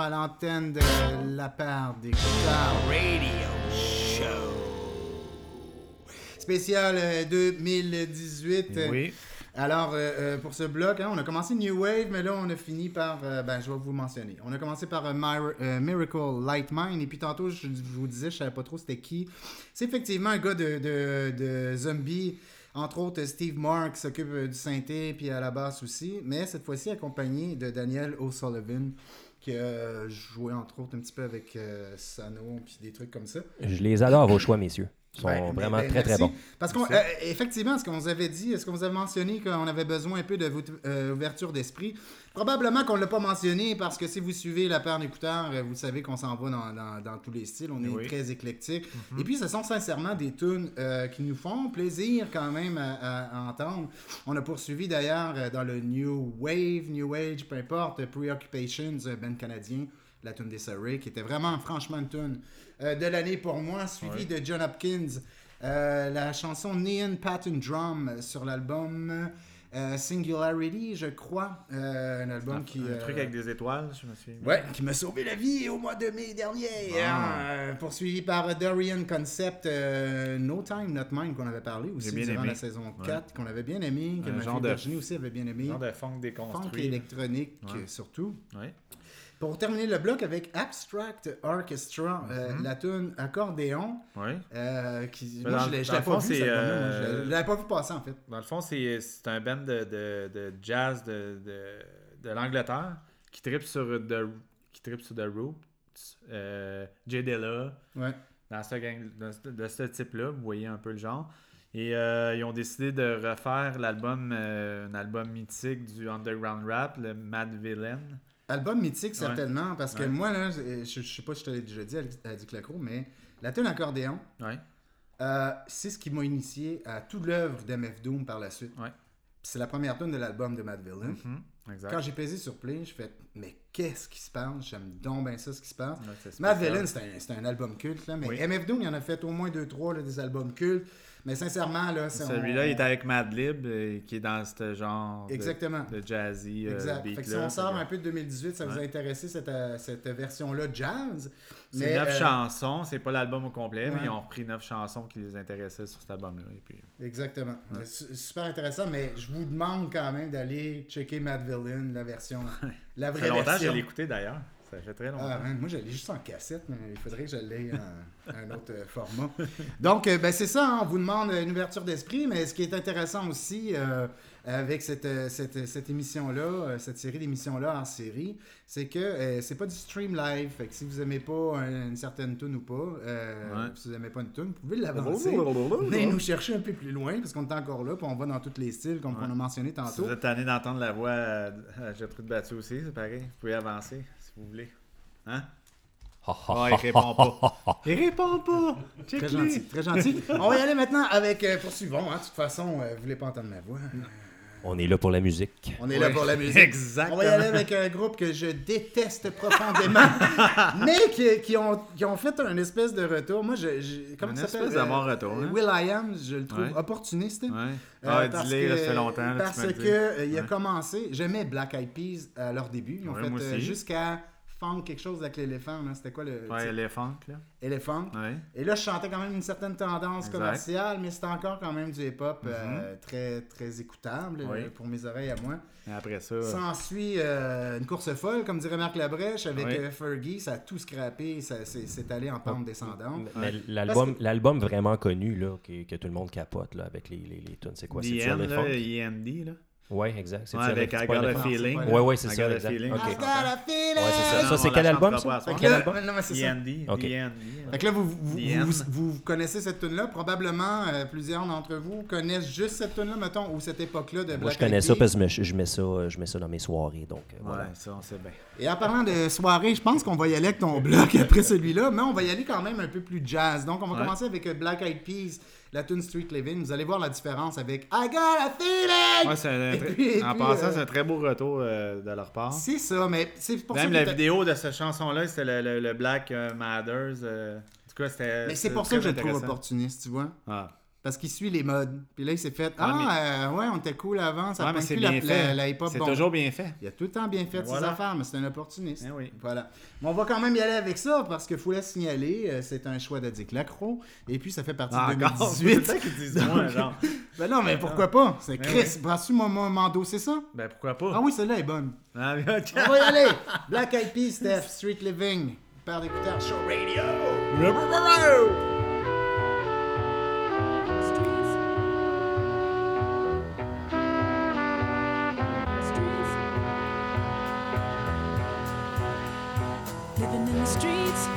[SPEAKER 4] à l'antenne de la part des Guitar Radio Show. Spécial 2018.
[SPEAKER 6] Oui.
[SPEAKER 4] Alors, pour ce bloc, on a commencé New Wave, mais là, on a fini par... je vais vous mentionner. On a commencé par Miracle Light Mine, et puis tantôt, je vous disais, je savais pas trop c'était qui. C'est effectivement un gars de Zombie, entre autres Steve Mark qui s'occupe du synthé, puis à la basse aussi, mais cette fois-ci accompagné de Daniel O'Sullivan, qui a joué entre autres un petit peu avec Sano, puis des trucs comme ça.
[SPEAKER 5] Je les adore, vos choix, messieurs. Ils sont vraiment très, très
[SPEAKER 4] merci.
[SPEAKER 5] bons.
[SPEAKER 4] Parce qu'effectivement, ce qu'on vous avait dit, ce qu'on vous avait mentionné, qu'on avait besoin un peu d'ouverture d'esprit, probablement qu'on ne l'a pas mentionné parce que si vous suivez la paire d'écouteurs, vous savez qu'on s'en va dans tous les styles. On est très éclectique. Et puis, ce sont sincèrement des tunes qui nous font plaisir quand même à entendre. On a poursuivi d'ailleurs dans le New Wave, New Age, peu importe, Preoccupations, band canadien, la tune des Surrey, qui était vraiment, franchement, une tune de l'année pour moi, suivi de John Hopkins, la chanson Neon Pattern Drum sur l'album Singularity, je crois, un album qui...
[SPEAKER 6] Un truc avec des étoiles, je me suis...
[SPEAKER 4] Ouais, qui m'a sauvé la vie au mois de mai dernier. Poursuivi par Dorian Concept, No Time Not Mine, qu'on avait parlé aussi durant la saison 4, qu'on avait bien aimé, que ma fille Virginie aussi avait bien aimé.
[SPEAKER 6] Genre de funk déconstruit.
[SPEAKER 4] Funk électronique, surtout.
[SPEAKER 6] Ouais.
[SPEAKER 4] Pour terminer le bloc avec Abstract Orchestra, la tune Accordéon, moi je l'avais pas vu, je l'avais pas vu passer en fait.
[SPEAKER 6] Dans le fond, c'est un band de jazz de l'Angleterre qui tripe sur The Roots, Jay Dilla, dans ce gang, de ce type-là, vous voyez un peu le genre. Et ils ont décidé de refaire un album mythique du underground rap, le Mad Villain.
[SPEAKER 4] Album mythique, certainement, parce que moi, là, je sais pas si je te l'ai déjà dit à Dick Lacroix, mais la tune Accordéon, c'est ce qui m'a initié à toute l'œuvre d'MF Doom par la suite. Puis c'est la première tune de l'album de Mad Villain.
[SPEAKER 6] Exact.
[SPEAKER 4] Quand j'ai pesé sur play, je fais « Mais qu'est-ce qui se passe? J'aime donc bien ça, ce qui se passe. » Mad Villain, c'est un album culte, là, mais MF Doom, il en a fait au moins 2-3 des albums cultes. Mais sincèrement, là,
[SPEAKER 6] celui-là, il est avec Madlib, qui est dans ce genre de jazzy beat.
[SPEAKER 4] Fait que si on sort un peu de 2018, ça vous a intéressé cette version-là jazz.
[SPEAKER 6] C'est 9 chansons, c'est pas l'album au complet, mais ils ont repris 9 chansons qui les intéressaient sur cet album-là. Et puis...
[SPEAKER 4] Exactement. Super intéressant, mais je vous demande quand même d'aller checker Mad Villain, la version, la vraie version.
[SPEAKER 6] Ça fait longtemps que je l'ai écouté d'ailleurs. Ça fait très longtemps.
[SPEAKER 4] Moi, je l'ai juste en cassette, mais il faudrait que je l'ai en un autre format. Donc, c'est ça, on vous demande une ouverture d'esprit, mais ce qui est intéressant aussi avec cette émission-là, cette série d'émissions-là en série, c'est que c'est pas du stream live. Fait que si vous aimez pas une certaine tune ou pas, si vous aimez pas une tune, vous pouvez l'avancer. Venez nous chercher un peu plus loin, parce qu'on est encore là, puis on va dans tous les styles, comme on a mentionné tantôt.
[SPEAKER 6] Si vous êtes tanné d'entendre la voix à Gertrude Battu aussi, c'est pareil. Vous pouvez avancer. Vous voulez. Hein? Il répond pas. Il répond pas.
[SPEAKER 4] Très gentil, très gentil. On va y aller maintenant avec... poursuivons, de toute façon, vous voulez pas entendre ma voix.
[SPEAKER 5] On est là pour la musique.
[SPEAKER 4] On est là pour la musique.
[SPEAKER 6] Exactement.
[SPEAKER 4] On va y aller avec un groupe que je déteste profondément, mais qui ont fait un espèce de retour. Moi, comment ça s'appelle?
[SPEAKER 6] Retour, hein?
[SPEAKER 4] will.i.am, je le trouve opportuniste.
[SPEAKER 6] Dis-le, ça fait longtemps.
[SPEAKER 4] Parce qu'il a commencé... J'aimais Black Eyed Peas à leur début. Ils ont fait jusqu'à... Funk, quelque chose avec l'éléphant, là. C'était quoi le...
[SPEAKER 6] Elephant, là.
[SPEAKER 4] Elephant. Et là, je chantais quand même une certaine tendance commerciale, mais c'était encore quand même du hip-hop très, très écoutable pour mes oreilles à moi.
[SPEAKER 6] Et après ça...
[SPEAKER 4] S'ensuit une course folle, comme dirait Marc Labrèche, avec Fergie. Ça a tout scrappé, c'est allé en pente descendante.
[SPEAKER 5] Mais l'album vraiment connu, là, que tout le monde capote, là, avec les tunes, c'est quoi?
[SPEAKER 6] The End, là, END, là.
[SPEAKER 5] Ouais, exact. C'est
[SPEAKER 6] avec I Got a Feeling.
[SPEAKER 5] Ouais, c'est ça. Exact.
[SPEAKER 4] I Got a Feeling.
[SPEAKER 5] Ouais, c'est ça. Ça, c'est quel album, ça?
[SPEAKER 4] Quel album? Non, mais c'est ça.
[SPEAKER 6] Fait
[SPEAKER 4] que là, vous connaissez cette tune-là. Probablement, plusieurs d'entre vous connaissent juste cette tune-là, mettons, ou cette époque-là de Black Eyed Peas.
[SPEAKER 5] Moi, je connais ça parce que je mets ça dans mes soirées, donc voilà.
[SPEAKER 6] Ouais, ça, on sait bien.
[SPEAKER 4] Et en parlant de soirée, je pense qu'on va y aller avec ton bloc après celui-là, mais on va y aller quand même un peu plus jazz. Donc, on va commencer avec Black Eyed Peas, la tune Street Living. Vous allez voir la différence avec I Got a Feeling!
[SPEAKER 6] En passant, c'est un très beau retour de leur part.
[SPEAKER 4] C'est ça, mais c'est pour
[SPEAKER 6] même
[SPEAKER 4] ça
[SPEAKER 6] la vidéo de cette chanson-là, c'était le Black Matters. En tout cas, c'était...
[SPEAKER 4] Mais c'est pour ça que je le trouve opportuniste, tu vois. Parce qu'il suit les modes. Puis là, il s'est fait ouais, on était cool avant, ça
[SPEAKER 6] Ouais, mais
[SPEAKER 4] prend
[SPEAKER 6] c'est
[SPEAKER 4] plus
[SPEAKER 6] bien fait.
[SPEAKER 4] la hip-hop.
[SPEAKER 6] C'est
[SPEAKER 4] bon.
[SPEAKER 6] toujours bien fait.
[SPEAKER 4] Il a tout le temps bien fait ses
[SPEAKER 6] Voilà.
[SPEAKER 4] affaires, mais c'est un opportuniste.
[SPEAKER 6] Eh oui.
[SPEAKER 4] Voilà. Mais on va quand même y aller avec ça, parce qu'il faut la signaler. C'est un choix de Dick Lacroix. Et puis, ça fait partie de
[SPEAKER 6] Encore,
[SPEAKER 4] 2018.
[SPEAKER 6] c'est ça qu'ils disent moins, genre.
[SPEAKER 4] Ben non, mais pourquoi pas? C'est
[SPEAKER 6] Ben
[SPEAKER 4] Chris. Prends-tu mon Mando, c'est ça?
[SPEAKER 6] Ben pourquoi pas?
[SPEAKER 4] Ah oui, celle-là est bonne.
[SPEAKER 6] Ah, ok.
[SPEAKER 4] On va y aller. Black Eyed Peas, Steph, Street Living. Paire d'écouteurs, Show Radio.
[SPEAKER 9] Living in the streets.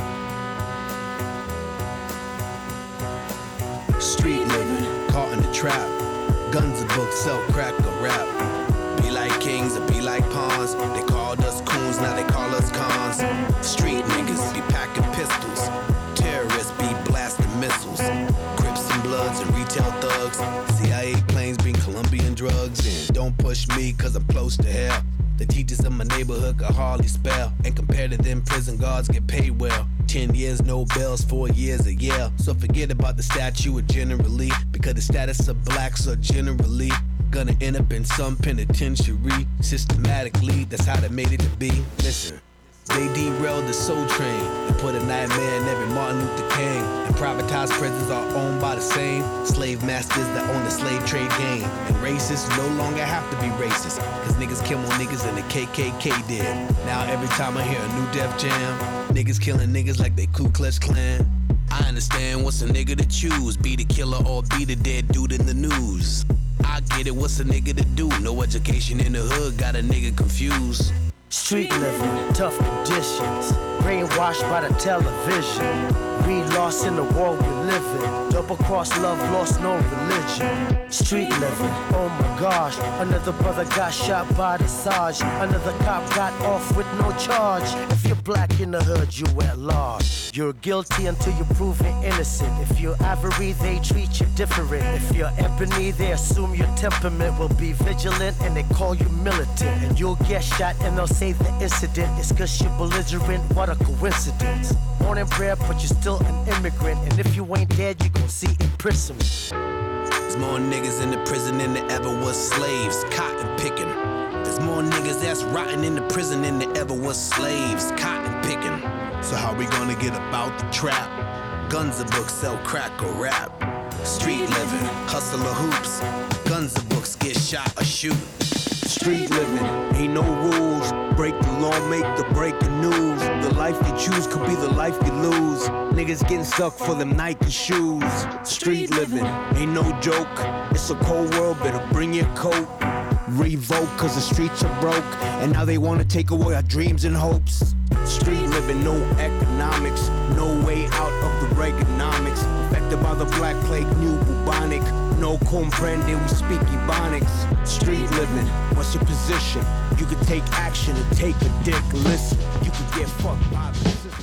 [SPEAKER 10] Street living, caught in the trap. Guns and books, sell crack or rap. Be like kings or be like pawns. They called us coons, now they call us cons. Street niggas be packing pistols. Terrorists be blasting missiles. Crips and Bloods and retail thugs. CIA planes bring Colombian drugs in. Don't push me cause I'm close to hell. The teachers in my neighborhood could hardly spell. And compared to them, prison guards get paid well. 10 years, no bells, 4 years a year. So forget about the statue of generally. Because the status of blacks are generally gonna end up in some penitentiary. Systematically, that's how they made it to be. Listen. They derailed the soul train and put a nightmare in every Martin Luther King. And privatized prisons are owned by the same slave masters that own the slave trade game. And racists no longer have to be racist, cause niggas kill more niggas than the KKK did. Now every time I hear a new Def Jam, niggas killing niggas like they Ku Klux Klan. I understand what's a nigga to choose, be the killer or be the dead dude in the news. I get it, what's a nigga to do? No education in the hood, got a nigga confused.
[SPEAKER 11] Street living, tough conditions, brainwashed by the television. We lost in the world we live in. Double cross love, lost no religion. Street living, oh my gosh. Another brother got shot by the Sarge. Another cop got off with no charge. If you're black in the hood, you at large. You're guilty until you're proven innocent. If you're Ivory, they treat you different. If you're ebony, they assume your temperament will be vigilant and they call you militant. And you'll get shot and they'll say the incident is cause you're belligerent. What a coincidence. Born and bred, but you're still an immigrant. And if you ain't dead, you gon' see imprisonment.
[SPEAKER 10] There's more niggas in the prison than there ever was slaves, cotton picking. There's more niggas that's rotting in the prison than there ever was slaves, cotton picking. So how we gonna get about the trap? Guns and books, sell crack or rap. Street living, hustle or hoops. Guns and books, get shot or shoot.
[SPEAKER 12] Street living, ain't no rules. Break the law, make the breaking news. The life you choose could be the life you lose. Niggas getting stuck for them Nike shoes. Street living, ain't no joke. It's a cold world, better bring your coat. Revoke, cause the streets are broke. And now they wanna take away our dreams and hopes. Street living, no economics. No way out of the Reaganomics. Affected by the Black Plague, new bubonic. No comprende, we speak Ebonics. Street living, what's your position? You could take action and take a dick. Listen, you could get fucked by the system.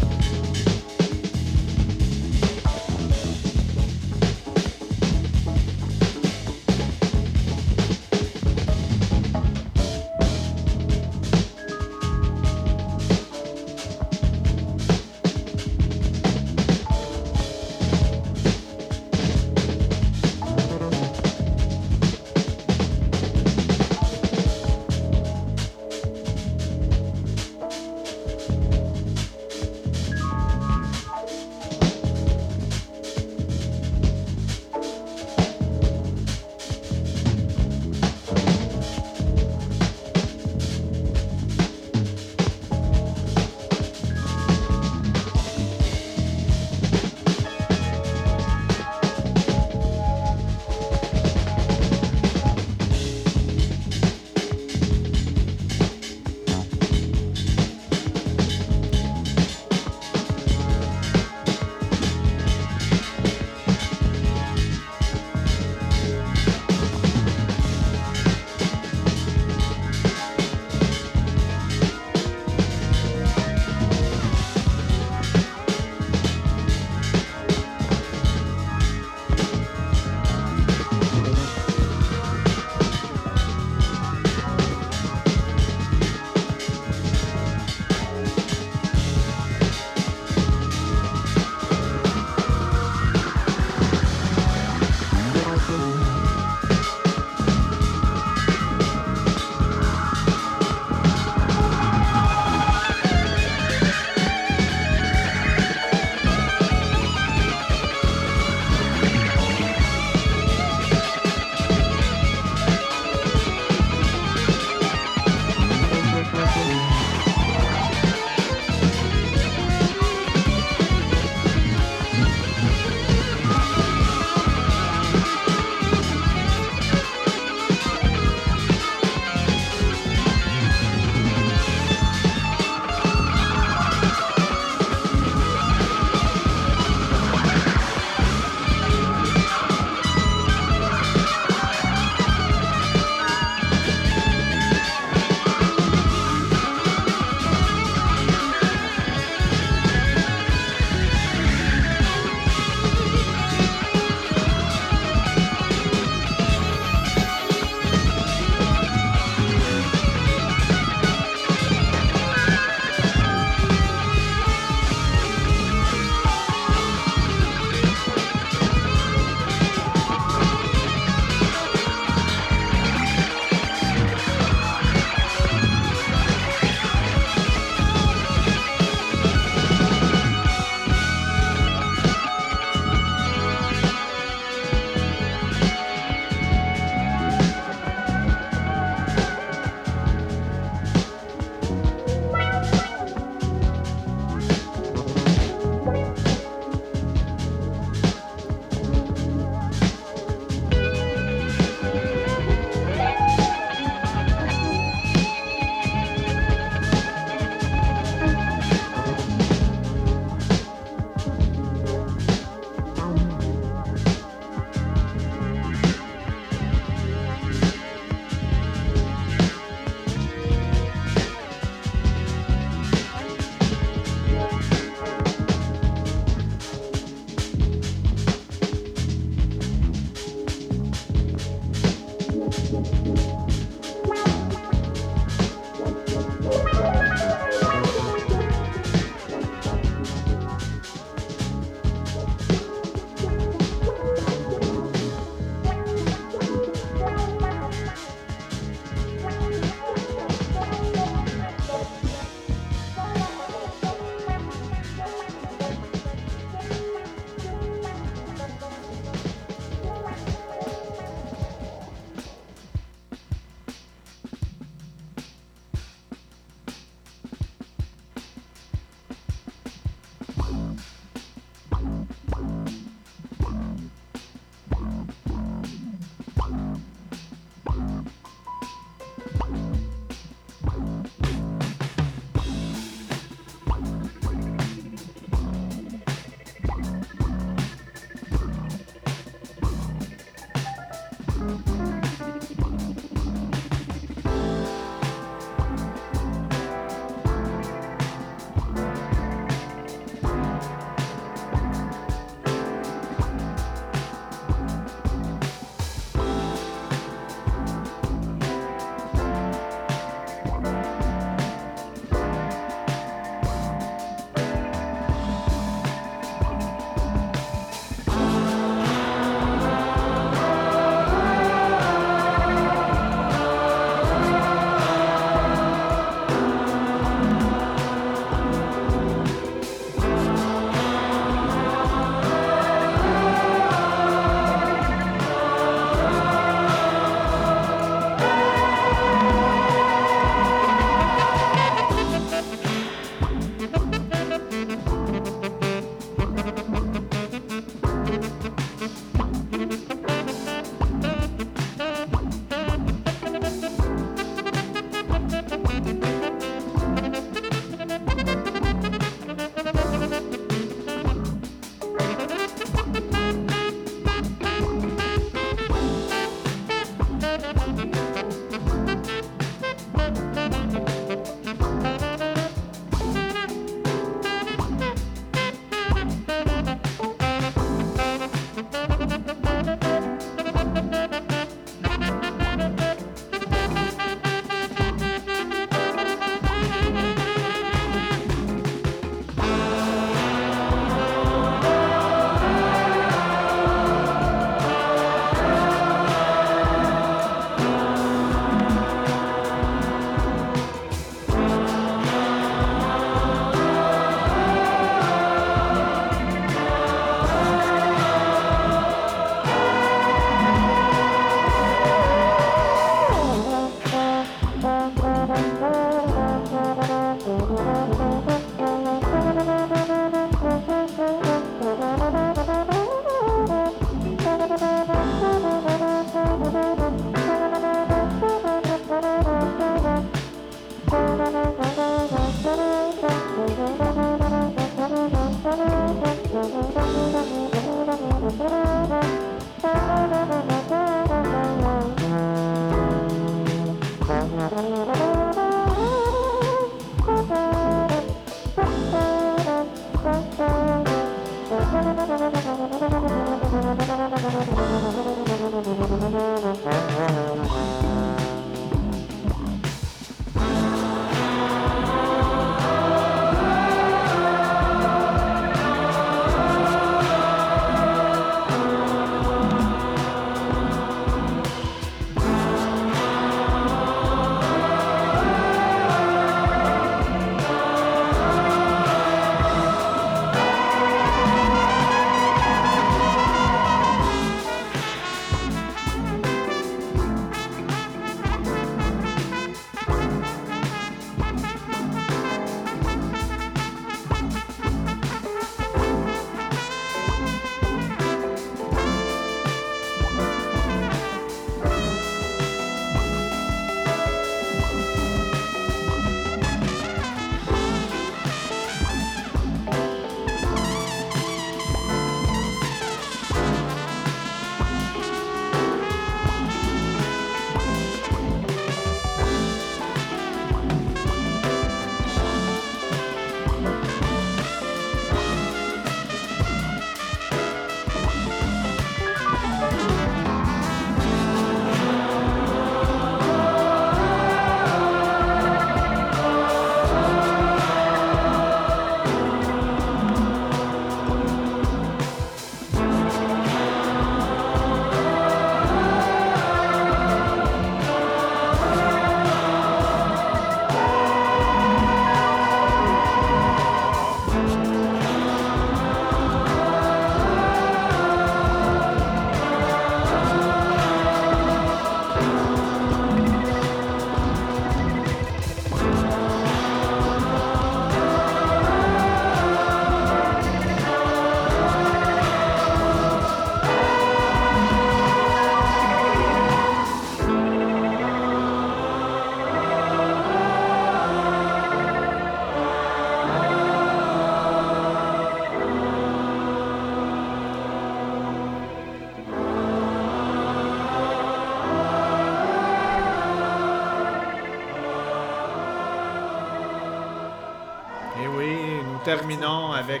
[SPEAKER 6] terminons avec.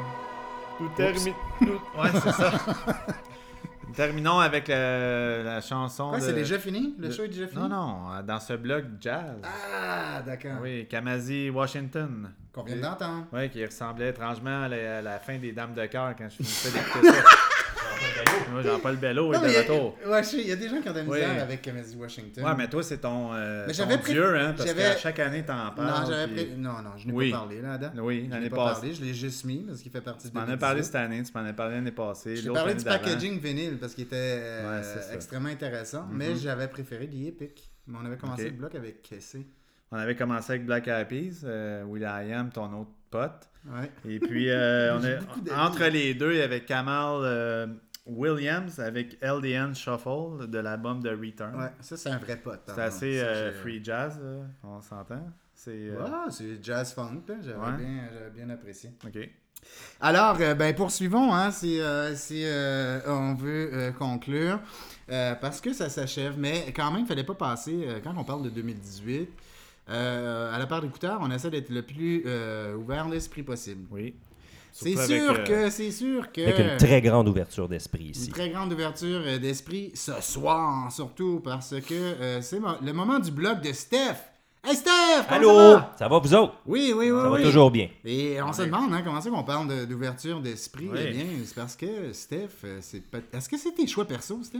[SPEAKER 6] Ouais, c'est ça. Nous terminons avec la chanson.
[SPEAKER 4] Ouais, c'est déjà fini? Le show est déjà fini?
[SPEAKER 6] Non, non, dans ce bloc jazz.
[SPEAKER 4] Ah, d'accord.
[SPEAKER 6] Oui, Kamasi Washington.
[SPEAKER 4] Qu'on vient d'entendre.
[SPEAKER 6] Oui, qui ressemblait étrangement à la fin des Dames de cœur quand je finissais d'écouter ça. Moi, Jean-Paul Bello est de retour.
[SPEAKER 4] Ouais, il y a des gens qui ont de la misère avec Kamasi Washington.
[SPEAKER 6] Ouais, mais toi, c'est ton
[SPEAKER 4] dieu,
[SPEAKER 6] hein, parce qu'à chaque année, t'en parles.
[SPEAKER 4] Non, je n'ai pas parlé là-dedans.
[SPEAKER 6] Oui, l'année passée.
[SPEAKER 4] Je l'ai juste mis parce qu'il fait partie de.
[SPEAKER 6] Tu m'en as parlé cette année, tu m'en as parlé l'année passée.
[SPEAKER 4] Je t'ai parlé du packaging vinyle parce qu'il était extrêmement intéressant, mais j'avais préféré The Epic. Mais on avait commencé le bloc avec Kessé.
[SPEAKER 6] On avait commencé avec Black Eyed Peas, Will.i.am, ton autre pote.
[SPEAKER 4] Ouais.
[SPEAKER 6] Et puis, entre les deux, il y avait Kamal Williams avec LDN Shuffle de l'album de Return.
[SPEAKER 4] Ouais, ça, c'est un vrai pote.
[SPEAKER 6] C'est assez free jazz, on s'entend. C'est
[SPEAKER 4] jazz funk, j'avais bien apprécié.
[SPEAKER 6] OK.
[SPEAKER 4] Alors, poursuivons, hein, si on veut conclure, parce que ça s'achève, mais quand même, il ne fallait pas passer, quand on parle de 2018, à la part d'écouteurs, on essaie d'être le plus ouvert d'esprit possible.
[SPEAKER 6] Oui.
[SPEAKER 4] C'est sûr que...
[SPEAKER 5] Avec une très grande ouverture d'esprit ici.
[SPEAKER 4] Une très grande ouverture d'esprit ce soir, surtout, parce que c'est le moment du blog de Steph. Hey Steph!
[SPEAKER 5] Allô! Ça va vous autres?
[SPEAKER 4] Oui.
[SPEAKER 5] Ça va toujours bien.
[SPEAKER 4] Et on se demande, hein, comment c'est qu'on parle d'ouverture d'esprit?
[SPEAKER 6] Oui.
[SPEAKER 4] Eh bien, c'est parce que Steph, est-ce que c'est tes choix perso, Steph?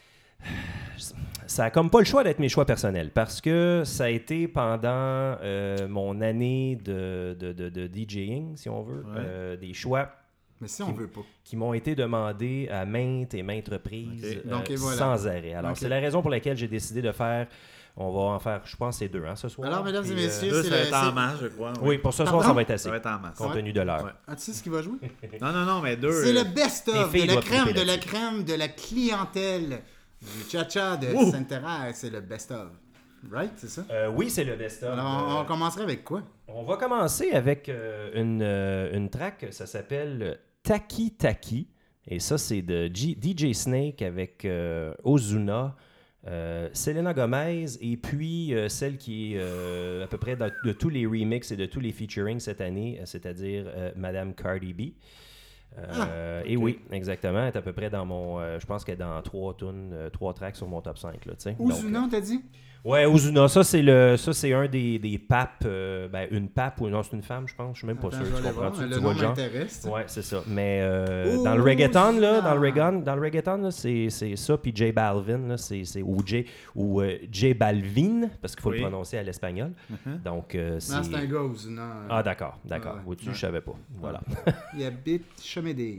[SPEAKER 5] Ça n'a comme pas le choix d'être mes choix personnels parce que ça a été pendant mon année de DJing, si on veut, des choix
[SPEAKER 4] mais si on veut pas.
[SPEAKER 5] Qui m'ont été demandés à maintes et maintes reprises
[SPEAKER 4] voilà.
[SPEAKER 5] sans arrêt. Alors, c'est la raison pour laquelle j'ai décidé de faire... On va en faire, je pense, c'est 2 ce soir.
[SPEAKER 4] Alors, mesdames et messieurs,
[SPEAKER 6] ça va être en masse, je crois.
[SPEAKER 5] Oui, pour ce soir, ça va être assez.
[SPEAKER 6] Ça va être en masse.
[SPEAKER 5] Compte tenu de l'heure.
[SPEAKER 6] Ouais.
[SPEAKER 4] Ah, tu sais ce qu'il va jouer?
[SPEAKER 6] Non, mais 2.
[SPEAKER 4] C'est le best-of de la crème de la clientèle du cha-cha de Sainte-Thérèse. C'est le best-of. right? C'est ça?
[SPEAKER 5] Oui, c'est le best-of.
[SPEAKER 4] Alors, on commencerait avec quoi?
[SPEAKER 5] On va commencer avec une track, ça s'appelle Taki Taki. Et ça, c'est de DJ Snake avec Ozuna, Selena Gomez, et puis celle qui est à peu près de tous les remixes et de tous les featurings cette année, c'est-à-dire Madame Cardi B. Et oui, exactement. Elle est à peu près dans mon... je pense qu'elle est dans 3 tracks sur mon top 5. Là,
[SPEAKER 4] Ozuna, t'as dit?
[SPEAKER 5] Ouais, Ozuna, ça c'est un des papes, une pape ou non, c'est une femme, je pense, je suis même pas sûr. Tu comprends-tu?
[SPEAKER 4] Le nom m'intéresse.
[SPEAKER 5] Ouais, c'est ça. Mais dans le reggaeton là, dans le reggaeton là, c'est ça, puis J Balvin là, c'est ou J Balvin parce qu'il faut le prononcer à l'espagnol. Donc c'est
[SPEAKER 4] Non, c'est un gars Ozuna.
[SPEAKER 5] Ah d'accord. Vois-tu, je savais pas. Voilà.
[SPEAKER 4] Il habite Chemédé.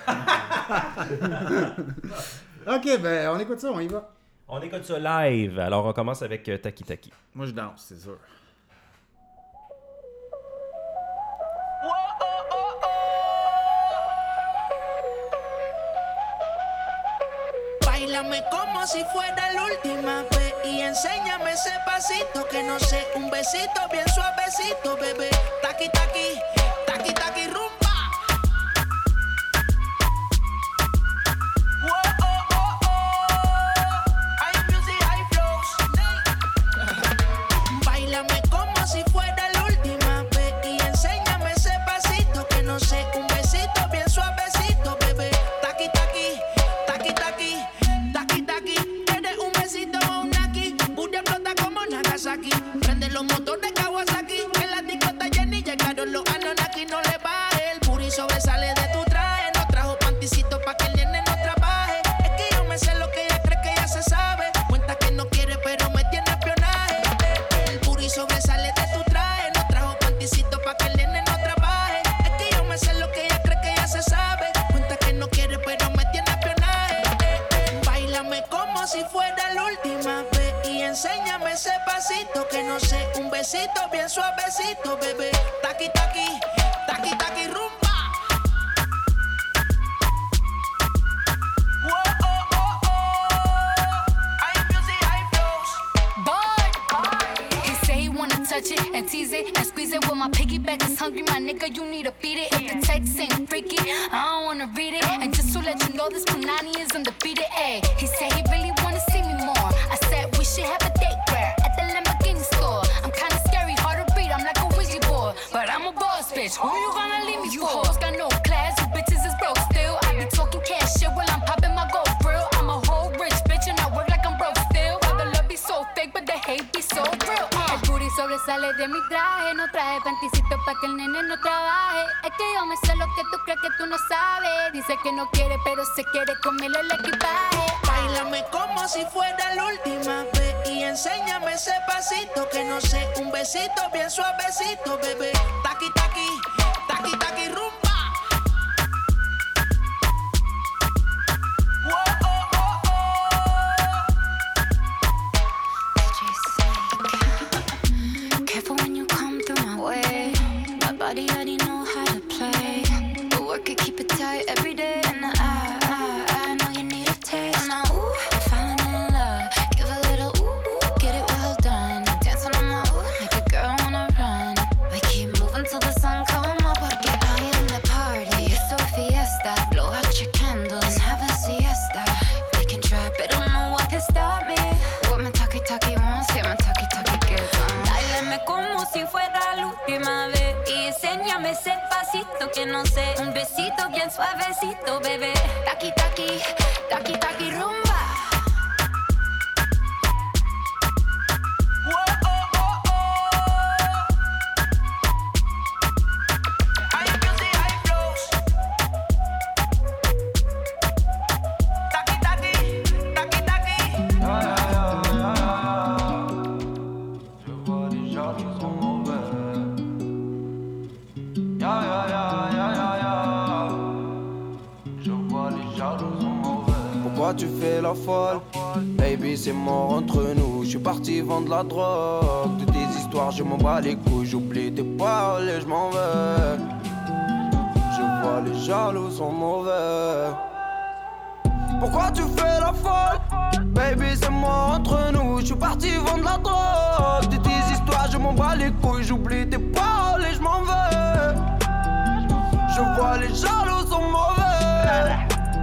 [SPEAKER 4] OK, ben on écoute ça, on y va.
[SPEAKER 5] On écoute ça live. Alors, on commence avec Taki Taki.
[SPEAKER 6] Moi, je danse, c'est sûr.
[SPEAKER 13] Báilame como si fuera la última vez y enséñame ese pasito que no sé, un besito bien suavecito, bebé. Taki taki, taki taki rumba. Báilame como si fuera la última vez y enséñame ese pasito que no sé, un besito bien suavecito, bebé. Taki taki, taki taki, taki taki. Tienes un besito o un naki, Buria explota como Nagasaki. Prende los motores Kawasaki, en la discota Jenny llegaron los Anunnaki. No le baje, el booty sobresale de tu traje. No trajo panticito pa' que el nene no trabaje. Es que yo me sé lo que ella cree que ya se sabe. Cuenta que no quiere pero me tiene espionaje. El booty sobresale de tu traje. No trajo panticito pa' que el nene no trabaje. Es que yo me sé lo que ella cree que ya se sabe. Cuenta que no quiere pero me tiene espionaje. Báilame como si fuera la última vez y enséñame ese pasito que no sé, un besito bien suavecito, bebé. Taki taki, taki taki rumba.
[SPEAKER 14] Touch it and tease it and squeeze it. When my piggyback is hungry, my nigga, you need to feed it. If the text ain't freaky, I don't wanna read it. And just to let you know, this Punani is undefeated. Ay, he said he really wanna see me more. I said we should have a date where at the Lamborghini store. I'm kinda scary, hard to read. I'm like a Ouija board, but I'm a boss bitch. Who you gonna leave me for? You hoes got no class, you bitches is broke still. I be talking cash shit while I'm popping my gold grill. I'm a whole rich bitch and I work like I'm broke still. Why the love be so fake, but the hate be so real. Sobresale de mi traje, no traje panticito pa' que el nene no trabaje. Es que yo me sé lo que tú crees que tú no sabes. Dice que no quiere, pero se quiere comerle el equipaje.
[SPEAKER 13] Báilame como si fuera la última vez y enséñame ese pasito que no sé, un besito bien suavecito, bebé. Taki taki, taki taki rumba.
[SPEAKER 14] Body already know how to play. But work it, keep it tight every day. And I know you need a taste. And now, ooh, I'm falling in love. Give a little ooh, get it well done. Dancing on my ooh, make a girl wanna run. We keep moving till the sun come up. Porque I am the party. It's a fiesta. Blow out your candles and have a siesta. They can try, but don't know what can stop me. What my talkie wants, yeah, my talkie gets on.
[SPEAKER 15] Báilame como si fuera la última vez. Enséñame ese pasito que no sé, un besito bien suavecito, bebé.
[SPEAKER 14] Taki taki, taki taki rumba.
[SPEAKER 16] Tu fais la folle, baby c'est mort entre nous. Je suis parti vendre la drogue, de tes histoires je m'en bats les couilles. J'oublie tes paroles et je m'en vais. Je vois les jaloux sont mauvais. Pourquoi tu fais la folle? Baby, c'est moi entre nous. Je suis parti vendre la drogue. De tes histoires, je m'en bats les couilles. J'oublie tes paroles et je m'en vais. Je vois les jaloux sont mauvais.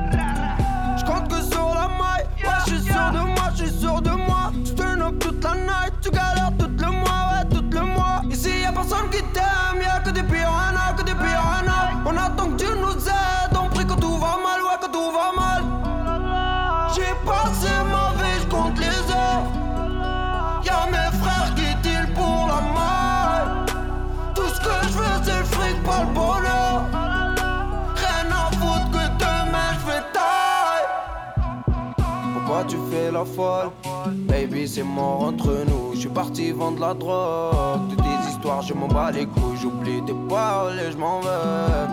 [SPEAKER 16] Je compte que sur la maille. Ouais, je suis sûr de moi, je suis sûr de moi. Tu turn up toute la night, tu galères tout le mois, ouais, tout le mois. Ici y'a personne qui t'aime, y'a que des piranhas, que des piranhas. On attend que tu nous aides, on prie quand tout va mal, ouais, quand tout va mal. J'ai passé ma vie, je compte les heures. Y'a mes frères qui deal pour la maille. Tout ce que je veux, c'est le fric, pas le bonheur. Rien à foutre que demain je fais taille. Pourquoi tu fais la folle? Baby, c'est mort entre nous. Je suis parti vendre la drogue. De tes histoires, je m'en bats les couilles. J'oublie tes paroles et je m'en vais.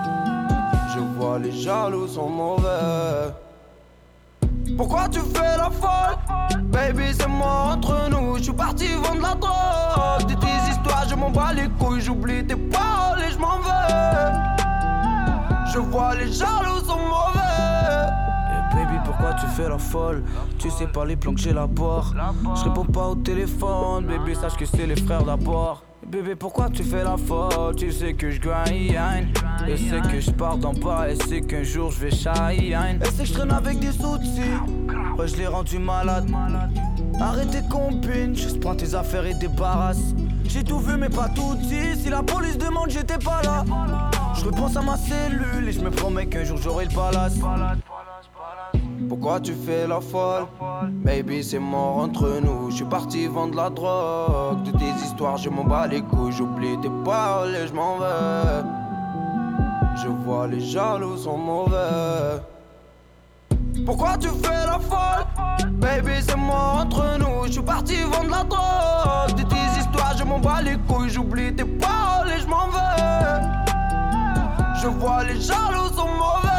[SPEAKER 16] Je vois les jaloux sont mauvais. Pourquoi tu fais la folle? Baby, c'est mort entre nous. Je suis parti vendre la drogue. De tes histoires, je m'en bats les couilles. J'oublie tes paroles et je m'en vais. Je vois les jaloux sont mauvais.
[SPEAKER 17] Baby, pourquoi tu fais la folle? Tu sais pas les plans que j'ai là-bas. Je réponds pas au téléphone. Baby, sache que c'est les frères d'abord. Bébé, pourquoi tu fais la faute? Tu sais que je grind. Elle sait que je pars d'en bas. Elle sait qu'un jour je vais shine. Elle sait que je traîne avec des soucis. Ouais, je l'ai rendu malade. Arrête tes compines, juste prends tes affaires et débarrasse. J'ai tout vu mais pas tout dit. Si la police demande, j'étais pas là. Je repense à ma cellule et je me promets qu'un jour j'aurai le palace.
[SPEAKER 16] Pourquoi tu fais la folle? Baby, c'est mort entre nous. Je suis parti vendre la drogue. De tes histoires, je m'en bats les couilles. J'oublie tes paroles et je m'en vais. Je vois les jaloux sont mauvais. Pourquoi tu fais la folle? Baby, c'est mort entre nous. Je suis parti vendre la drogue. De tes histoires, je m'en bats les couilles. J'oublie tes paroles et je m'en vais. Je vois les jaloux sont mauvais.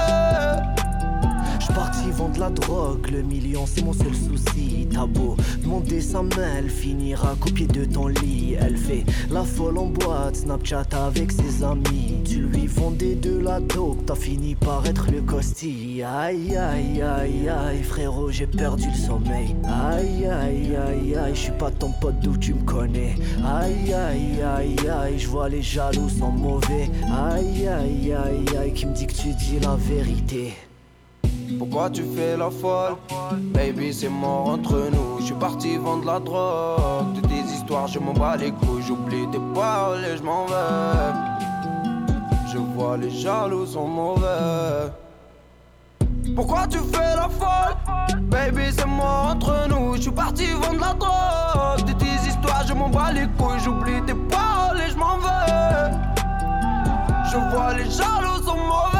[SPEAKER 11] J'suis parti vendre la drogue, le million c'est mon seul souci. T'as beau demander sa main, elle finira copier de ton lit. Elle fait la folle en boîte, Snapchat avec ses amis. Tu lui vendais de la dope, t'as fini par être le costi. Aïe aïe aïe aïe, frérot j'ai perdu le sommeil. Aïe aïe aïe aïe, j'suis pas ton pote d'où tu me connais. Aïe aïe aïe aïe, j'vois les jaloux sont mauvais. Aïe aïe aïe aïe, qui me dit que tu dis la vérité.
[SPEAKER 16] Pourquoi tu fais la folle? Baby, c'est mort entre nous. Je suis parti vendre la drogue. De tes histoires, je m'en bats les couilles. J'oublie tes paroles et je m'en vais. Je vois les jaloux sont mauvais. Pourquoi tu fais la folle? Baby, c'est mort entre nous. Je suis parti vendre la drogue. De tes histoires, je m'en bats les couilles. J'oublie tes paroles et je m'en vais. Je vois les jaloux sont mauvais.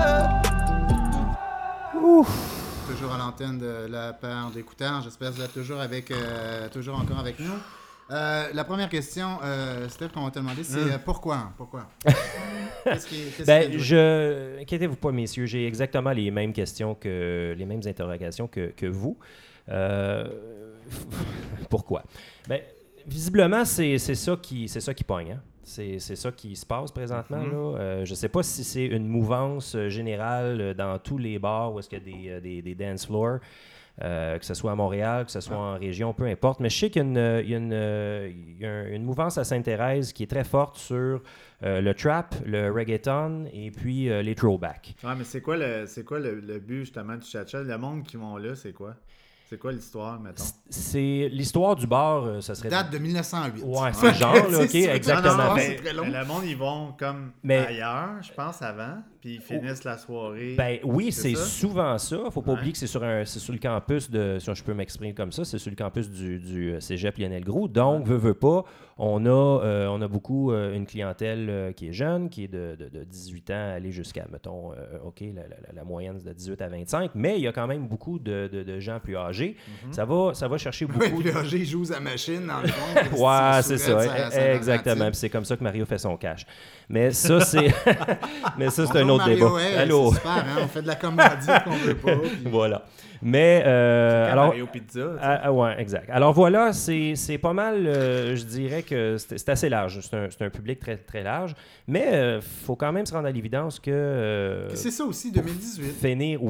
[SPEAKER 4] Toujours à l'antenne de la paire d'écouteurs. J'espère que vous êtes toujours encore avec nous. La première question, Steph, qu'on va te demander, c'est pourquoi?
[SPEAKER 5] Inquiétez-vous pas, messieurs, j'ai exactement les mêmes questions les mêmes interrogations que vous. Pourquoi? Ben, visiblement, c'est ça qui pogne, hein? C'est ça qui se passe présentement. Là. Je ne sais pas si c'est une mouvance générale dans tous les bars où est-ce qu'il y a des dance floors, que ce soit à Montréal, que ce soit en région, peu importe. Mais je sais qu'il y a une mouvance à Sainte-Thérèse qui est très forte sur le trap, le reggaeton et puis les throwbacks.
[SPEAKER 6] Ouais, mais c'est quoi le but justement du cha-cha? Le monde qui vont là, c'est quoi? C'est quoi l'histoire, mettons?
[SPEAKER 5] C'est l'histoire du bar, ça serait...
[SPEAKER 4] Date de 1908.
[SPEAKER 5] Ouais, c'est genre, là, OK, exactement.
[SPEAKER 6] Mais le monde, ils vont comme ailleurs, je pense, avant, puis ils finissent la soirée.
[SPEAKER 5] Ben oui, c'est souvent ça. Faut pas oublier que c'est sur le campus de... Si je peux m'exprimer comme ça, c'est sur le campus du cégep Lionel Groulx. Donc, veut pas, on a beaucoup une clientèle qui est jeune, qui est de 18 ans à aller jusqu'à, mettons, OK, la moyenne de 18 à 25, mais il y a quand même beaucoup de gens plus âgés. Ça va chercher beaucoup...
[SPEAKER 4] Oui, plus âgés, ils jouent à machine dans le fond.
[SPEAKER 5] Ouais, c'est ça. Exactement. Puis c'est comme ça que Mario fait son cash. Mais ça, c'est un autre
[SPEAKER 4] Mario,
[SPEAKER 5] débat. Allô.
[SPEAKER 4] C'est super, hein? On fait de la comédie qu'on veut pas. Puis...
[SPEAKER 5] Voilà. Mais alors
[SPEAKER 6] Mario Pizza.
[SPEAKER 5] Ouais, exact. Alors voilà, c'est pas mal. Je dirais que c'est assez large. C'est un public très très large. Mais faut quand même se rendre à l'évidence que
[SPEAKER 4] c'est ça aussi 2018.
[SPEAKER 5] Finir, oui.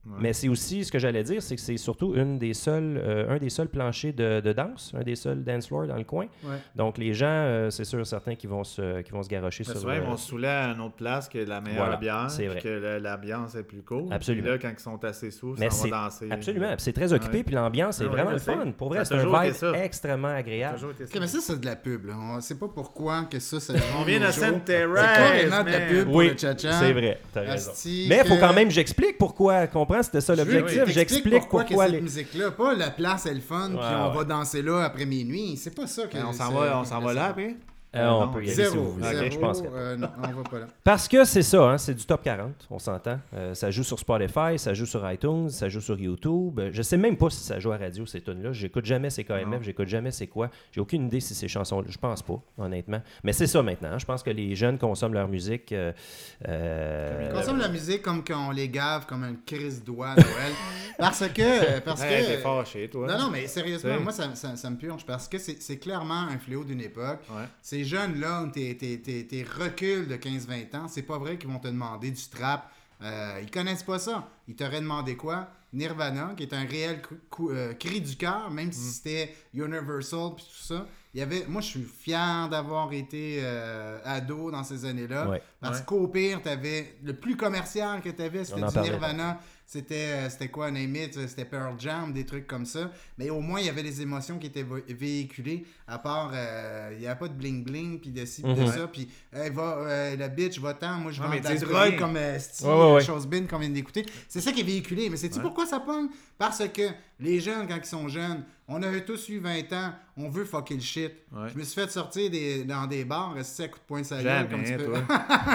[SPEAKER 5] Mais c'est aussi, ce que j'allais dire, c'est que c'est surtout un des seuls planchers de danse, un des seuls dance floors dans le coin.
[SPEAKER 6] Ouais.
[SPEAKER 5] Donc, les gens, c'est sûr, certains qui vont se garrocher sur...
[SPEAKER 6] Souvent, ils vont se saouler à une autre place que la meilleure bière,
[SPEAKER 5] c'est vrai.
[SPEAKER 6] que l'ambiance est plus cool.
[SPEAKER 5] Absolument.
[SPEAKER 6] Puis là, quand ils sont assez sous,
[SPEAKER 5] mais
[SPEAKER 6] ça va danser.
[SPEAKER 5] Absolument. Puis c'est très occupé, puis l'ambiance est vraiment le fun. Pour vrai, c'est un vibe extrêmement agréable.
[SPEAKER 4] Ok, mais ça, c'est de la pub. Là. On sait pas pourquoi que ça...
[SPEAKER 6] On vient de Sainte-Thérèse.
[SPEAKER 4] C'est carrément de la pub pour le tcha-tcha.
[SPEAKER 5] C'est vrai. T'as raison. Mais il faut quand même, j'explique pourquoi. Comprends? C'était ça l'objectif. J'explique pourquoi
[SPEAKER 4] cette musique-là, pas la place est le fun, puis on va danser là après minuit. C'est pas ça que...
[SPEAKER 6] On s'en va là après?
[SPEAKER 5] On peut y aller si vous voulez. Je pense que...
[SPEAKER 4] non, on va pas là.
[SPEAKER 5] Parce que c'est ça, hein, c'est du top 40, on s'entend. Ça joue sur Spotify, ça joue sur iTunes, ça joue sur YouTube. Je sais même pas si ça joue à radio, ces tunes-là. J'écoute jamais ces KMF, j'écoute jamais c'est quoi. J'ai aucune idée si ces chansons-là. Je pense pas, honnêtement. Mais c'est ça maintenant. Hein. Je pense que les jeunes consomment leur musique.
[SPEAKER 4] Ils consomment la musique comme quand on les gave comme un crise doigt à Noël. Parce que...
[SPEAKER 6] T'es fâché, toi.
[SPEAKER 4] Non, mais sérieusement, moi, ça me purge. Parce que c'est clairement un fléau d'une époque.
[SPEAKER 6] Ouais.
[SPEAKER 4] Ces jeunes-là, tes reculs de 15-20 ans, c'est pas vrai qu'ils vont te demander du trap. Ils connaissent pas ça. Ils t'auraient demandé quoi? Nirvana, qui est un réel cri du cœur, même si c'était Universal puis tout ça. Moi, je suis fier d'avoir été ado dans ces années-là. Ouais. Parce qu'au pire, le plus commercial que tu avais, c'était du Nirvana. C'était quoi, Name It? C'était Pearl Jam, des trucs comme ça. Mais au moins, il y avait des émotions qui étaient véhiculées. À part, il n'y avait pas de bling-bling, puis de ci, puis de ça. Puis, la bitch, va-t'en. Moi, je vends de la drogue comme Chose-Bin qu'on vient d'écouter. C'est ça qui est véhiculé. Mais sais-tu pourquoi ça pogne? Parce que les jeunes, quand ils sont jeunes, on avait tous eu 20 ans, on veut fucker le shit. Ouais. Je me suis fait sortir dans des bars, rester à coups de poing sur la gueule comme tu peux.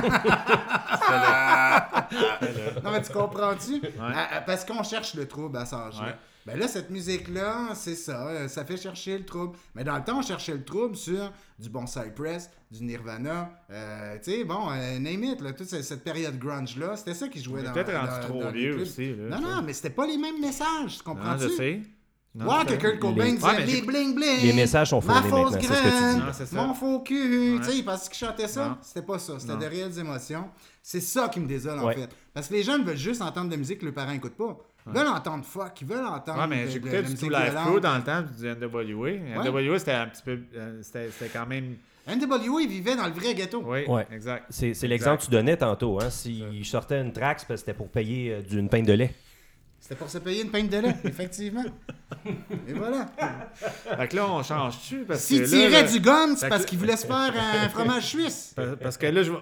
[SPEAKER 4] Non, mais tu comprends-tu? Ouais. Parce qu'on cherche le trouble à cet âge-là. Ouais. Ben là, cette musique-là, c'est ça. Ça fait chercher le trouble. Mais dans le temps, on cherchait le trouble sur du bon Cypress, du Nirvana. Tu sais, bon, name it, là, toute cette période grunge-là, c'était ça qui jouait dans
[SPEAKER 6] peut-être rendu trop vieux aussi. Là,
[SPEAKER 4] non, mais c'était pas les mêmes messages, tu comprends-tu?
[SPEAKER 6] Non, je sais.
[SPEAKER 4] Ouais, que Kurt Cobain disait les bling-bling.
[SPEAKER 5] Les messages sont fondés maintenant, c'est ce que tu dis.
[SPEAKER 4] C'est mon faux cul. Tu sais, parce qu'il chantait ça. Non. C'était pas ça. C'était de réelles émotions. C'est ça qui me désole, en fait. Parce que les jeunes veulent juste entendre de la musique que leurs parents n'écoutent pas. Ils veulent entendre fuck. Ils veulent entendre.
[SPEAKER 6] Ouais, mais j'écoutais du Two Life Crew dans le temps du NWA. NWA, c'était un petit peu. C'était quand même.
[SPEAKER 4] NWA, ils vivaient dans le vrai ghetto.
[SPEAKER 6] Oui, exact.
[SPEAKER 5] C'est l'exemple que tu donnais tantôt. Hein. S'ils sortaient une track, c'était pour payer une pinte de lait.
[SPEAKER 4] C'était pour se payer une pinte de lait, effectivement. Et voilà.
[SPEAKER 6] Fait que là, on change-tu?
[SPEAKER 4] S'il tirait du gun, c'est parce qu'il voulait se faire un fromage suisse.
[SPEAKER 6] Parce que là, je vois...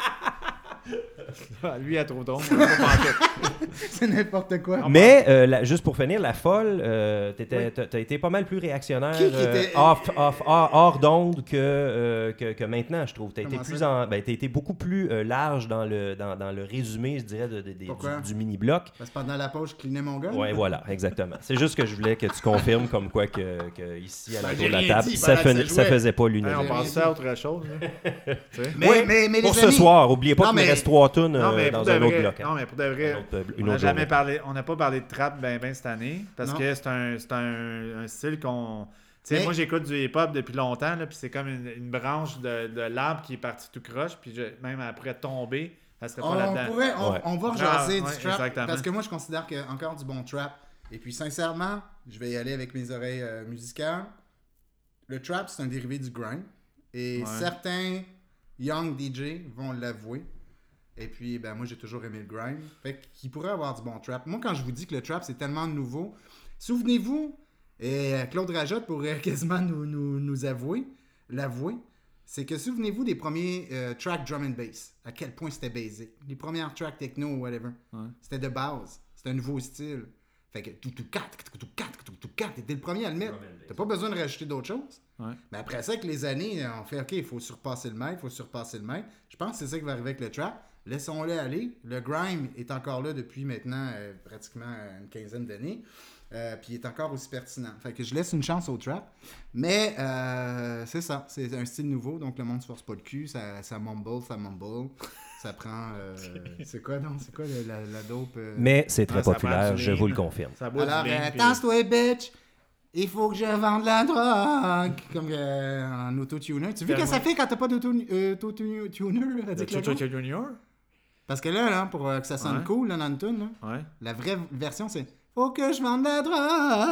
[SPEAKER 6] Lui, il a trop d'ombre.
[SPEAKER 4] C'est n'importe quoi.
[SPEAKER 5] Mais, juste pour finir, la folle, t'as été pas mal plus réactionnaire hors d'onde que maintenant, je trouve. T'as été beaucoup plus large dans le résumé, je dirais, du mini-bloc.
[SPEAKER 4] Parce que pendant la pause, je clinais mon gars.
[SPEAKER 5] Oui, voilà, exactement. C'est juste que je voulais que tu confirmes comme quoi que ici, à l'entour de la table, ça faisait pas l'unanimité.
[SPEAKER 6] On pensait à autre chose.
[SPEAKER 4] mais
[SPEAKER 5] pour ce soir, oubliez pas qu'il me reste 3 tunes dans un autre bloc.
[SPEAKER 6] Non, mais pour de vrai, on n'a pas parlé de trap ben cette année, parce que c'est un style qu'on... Moi, j'écoute du hip-hop depuis longtemps, puis c'est comme une branche de l'arbre qui est partie tout croche, puis même après tomber, elle serait pas là-dedans.
[SPEAKER 4] On va rejaser du trap, exactement. Parce que moi, je considère qu'il y a encore du bon trap. Et puis, sincèrement, je vais y aller avec mes oreilles musicales. Le trap, c'est un dérivé du grind. Et certains young DJ vont l'avouer. Et puis, moi, j'ai toujours aimé le grind. Fait qu'il pourrait avoir du bon trap. Moi, quand je vous dis que le trap, c'est tellement nouveau, souvenez-vous, et Claude Rajotte pourrait quasiment nous l'avouer, c'est que souvenez-vous des premiers tracks drum and bass, à quel point c'était basic. Les premières tracks techno ou whatever. Ouais. C'était de base. C'était un nouveau style. Fait que tout, t'étais le premier à le mettre. T'as pas besoin de rajouter d'autres choses. Ouais. Mais après ça, avec les années, on fait OK, il faut surpasser le maître. Je pense que c'est ça qui va arriver avec le trap. Laissons-le aller. Le grime est encore là depuis maintenant pratiquement une quinzaine d'années. Puis il est encore aussi pertinent. Fait que je laisse une chance au trap. Mais c'est ça. C'est un style nouveau. Donc le monde se force pas le cul. Ça mumble. Ça prend... c'est quoi la dope?
[SPEAKER 5] Mais c'est très populaire, je vous le confirme.
[SPEAKER 4] Alors, tasse-toi, bitch! Il faut que je vende la drogue! Comme en auto-tuner. Tu vois que ça fait quand t'as pas d'auto-tuner?
[SPEAKER 6] Auto-tuner?
[SPEAKER 4] Parce que là pour que ça sonne cool là, dans le tune, là, la vraie version, c'est « Faut que je vende la drogue! »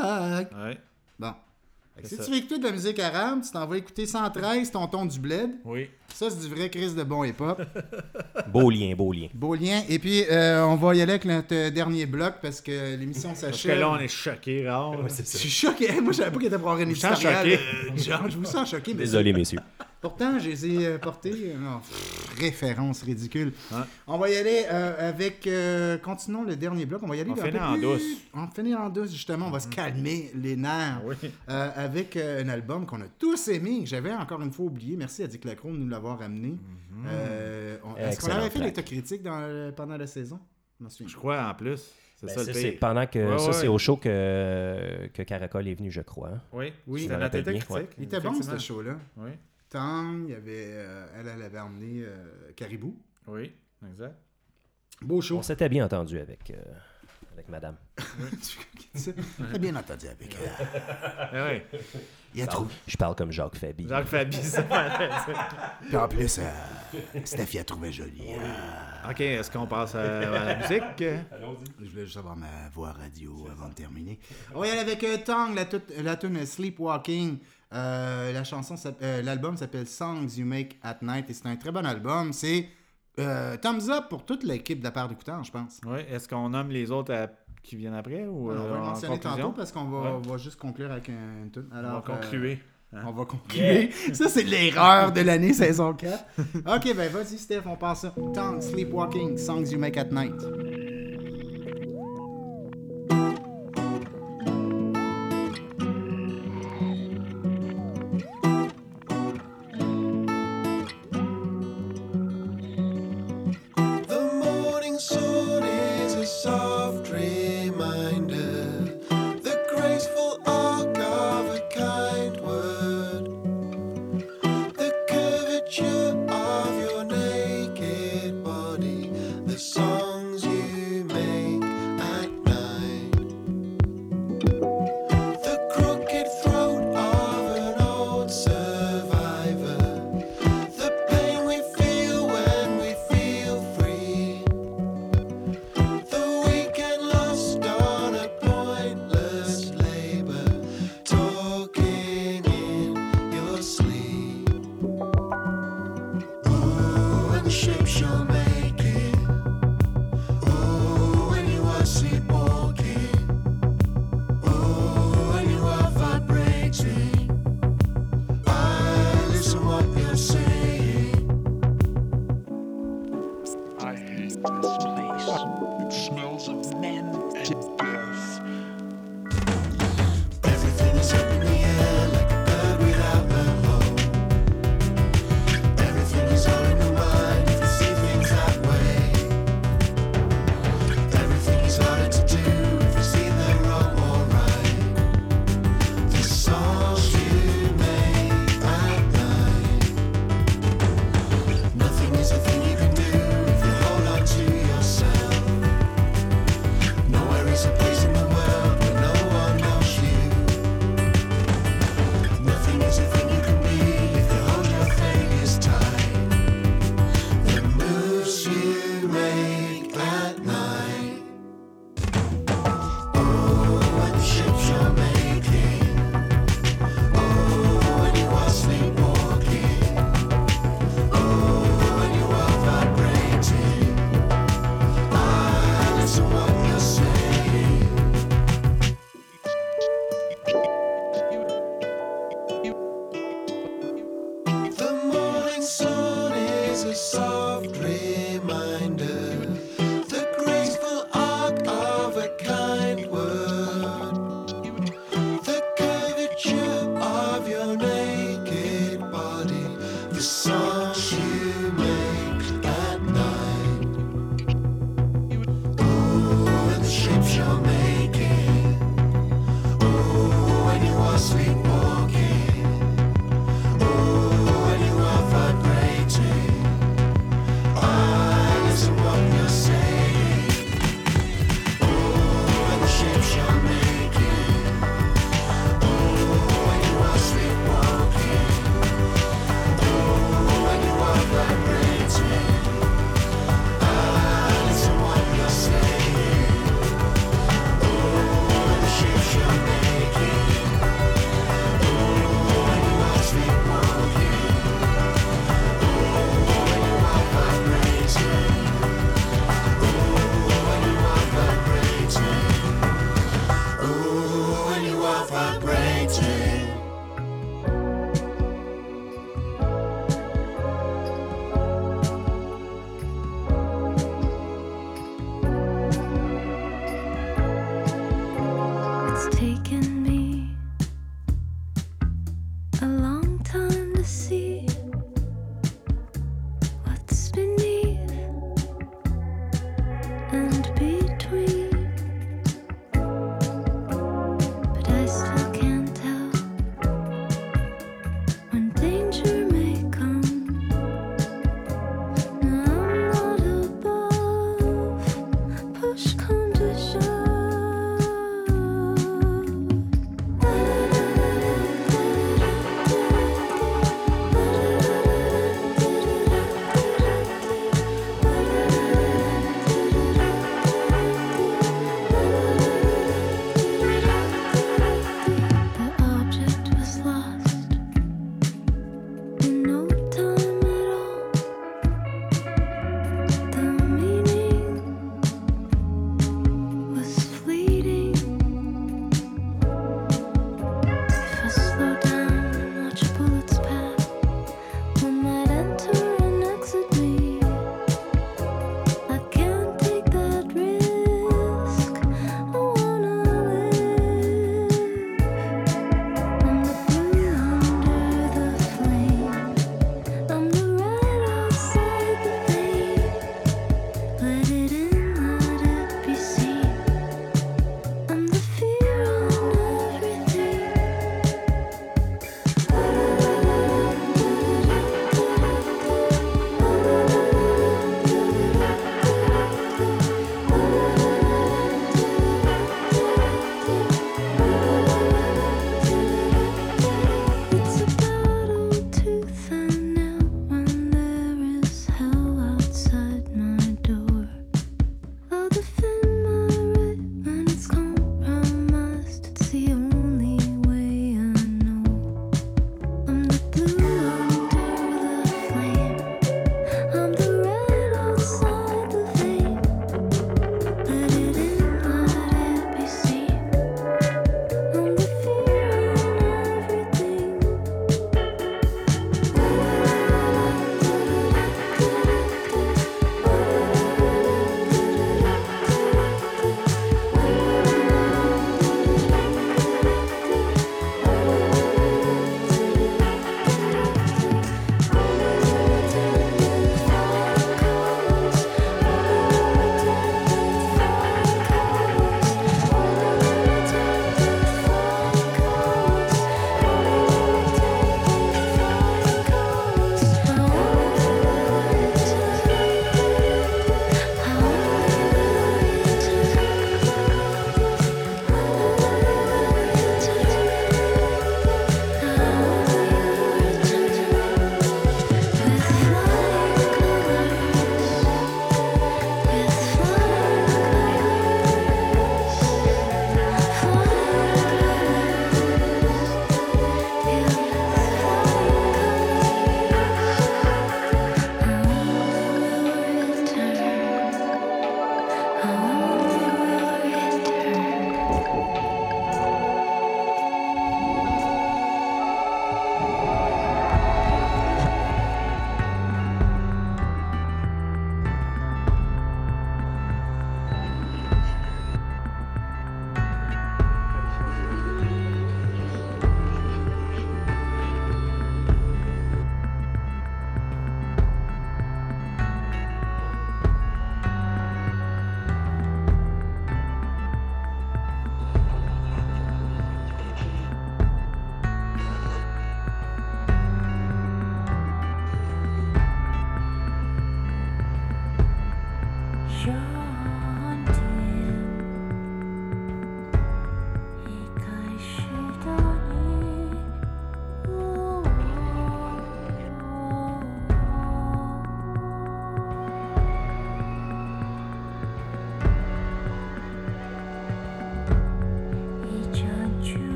[SPEAKER 4] Bon. Si tu veux écouter de la musique arabe, tu t'en vas écouter 113, Tonton du Bled.
[SPEAKER 6] Oui.
[SPEAKER 4] Ça, c'est du vrai Chris de bon hip-hop.
[SPEAKER 5] Beau lien, beau lien.
[SPEAKER 4] Beau lien. Et puis, on va y aller avec notre dernier bloc parce que l'émission s'achève.
[SPEAKER 6] Parce que là, on est choqués, Raoul.
[SPEAKER 5] Ouais, c'est ça.
[SPEAKER 4] Je suis choqué. Moi, je savais pas qu'il était pour avoir une éditoriale. Genre, je vous sens choqué.
[SPEAKER 5] Désolé, messieurs.
[SPEAKER 4] Pourtant, je les ai portés. Référence ridicule. Ouais. On va y aller avec... continuons le dernier bloc. On va y aller...
[SPEAKER 6] On finit en douce.
[SPEAKER 4] On va finir en douce, justement. On va se calmer les nerfs.
[SPEAKER 6] Oui.
[SPEAKER 4] Avec un album qu'on a tous aimé, que j'avais encore une fois oublié. Merci à Dick Lacroix de nous l'avoir amené. Est-ce qu'on avait fait l'autocritique pendant la saison?
[SPEAKER 6] Je crois, en plus.
[SPEAKER 5] C'est pendant que c'est au show que Caracol est venu, je crois. Hein?
[SPEAKER 6] Oui,
[SPEAKER 5] je me rappelle bien.
[SPEAKER 4] Il était bon, ce show-là.
[SPEAKER 6] Oui.
[SPEAKER 4] Tang, il y avait, elle avait emmené Caribou.
[SPEAKER 6] Oui, exact.
[SPEAKER 4] Beau show.
[SPEAKER 5] On s'était bien entendu avec madame.
[SPEAKER 4] T'as bien entendu avec elle.
[SPEAKER 6] Oui.
[SPEAKER 5] Je parle comme Jacques Fabi.
[SPEAKER 6] Jacques Fabi, ça.
[SPEAKER 4] Puis en plus, Steph a trouvé jolie.
[SPEAKER 6] OK, est-ce qu'on passe à la musique?
[SPEAKER 4] Allons-y. Je voulais juste avoir ma voix radio avant de terminer. On va y aller avec Tang, la tune Sleepwalking. L'album s'appelle Songs You Make at Night et c'est un très bon album. C'est thumbs up pour toute l'équipe de la part d'écoutants, je pense.
[SPEAKER 6] Oui, est-ce qu'on nomme les autres qui viennent après ou
[SPEAKER 4] on va le mentionner
[SPEAKER 6] conclusion?
[SPEAKER 4] Tantôt parce qu'on va juste conclure avec un tune.
[SPEAKER 6] Alors, on va concluer.
[SPEAKER 4] On va concluer. Yeah. Ça, c'est l'erreur de l'année saison 4. OK, ben vas-y, Steph, on passe ça. Tongue, Sleepwalking, Songs You Make at Night.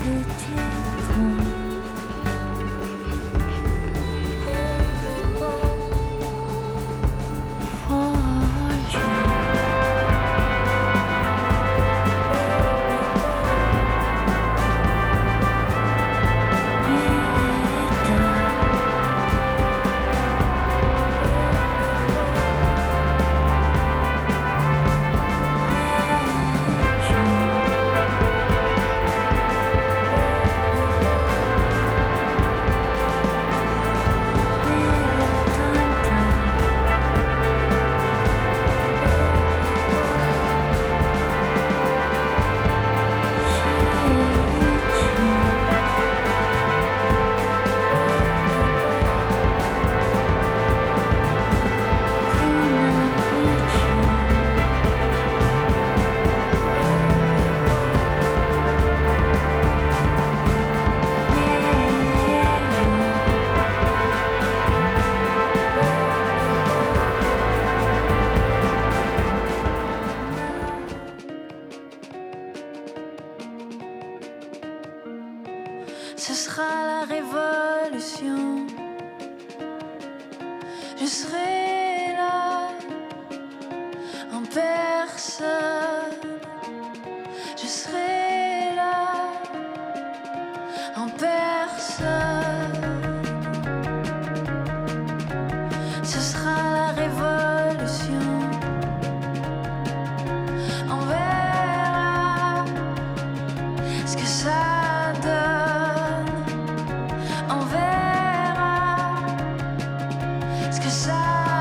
[SPEAKER 9] Ce sera la révolution. Je serai là en personne. Je serai là en personne. Ce sera la révolution. On verra ce que ça donne. On verra ce que ça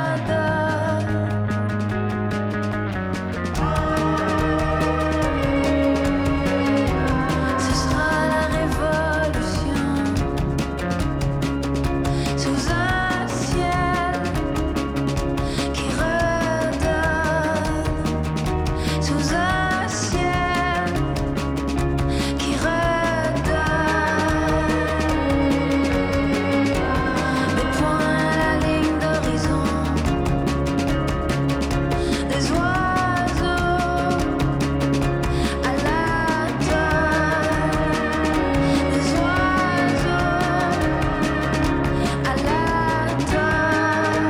[SPEAKER 9] donne. Ce sera la révolution sous un ciel qui redonne, sous un ciel qui redonne. Le point à la ligne d'horizon, des oiseaux à la tonne, des oiseaux à la tonne.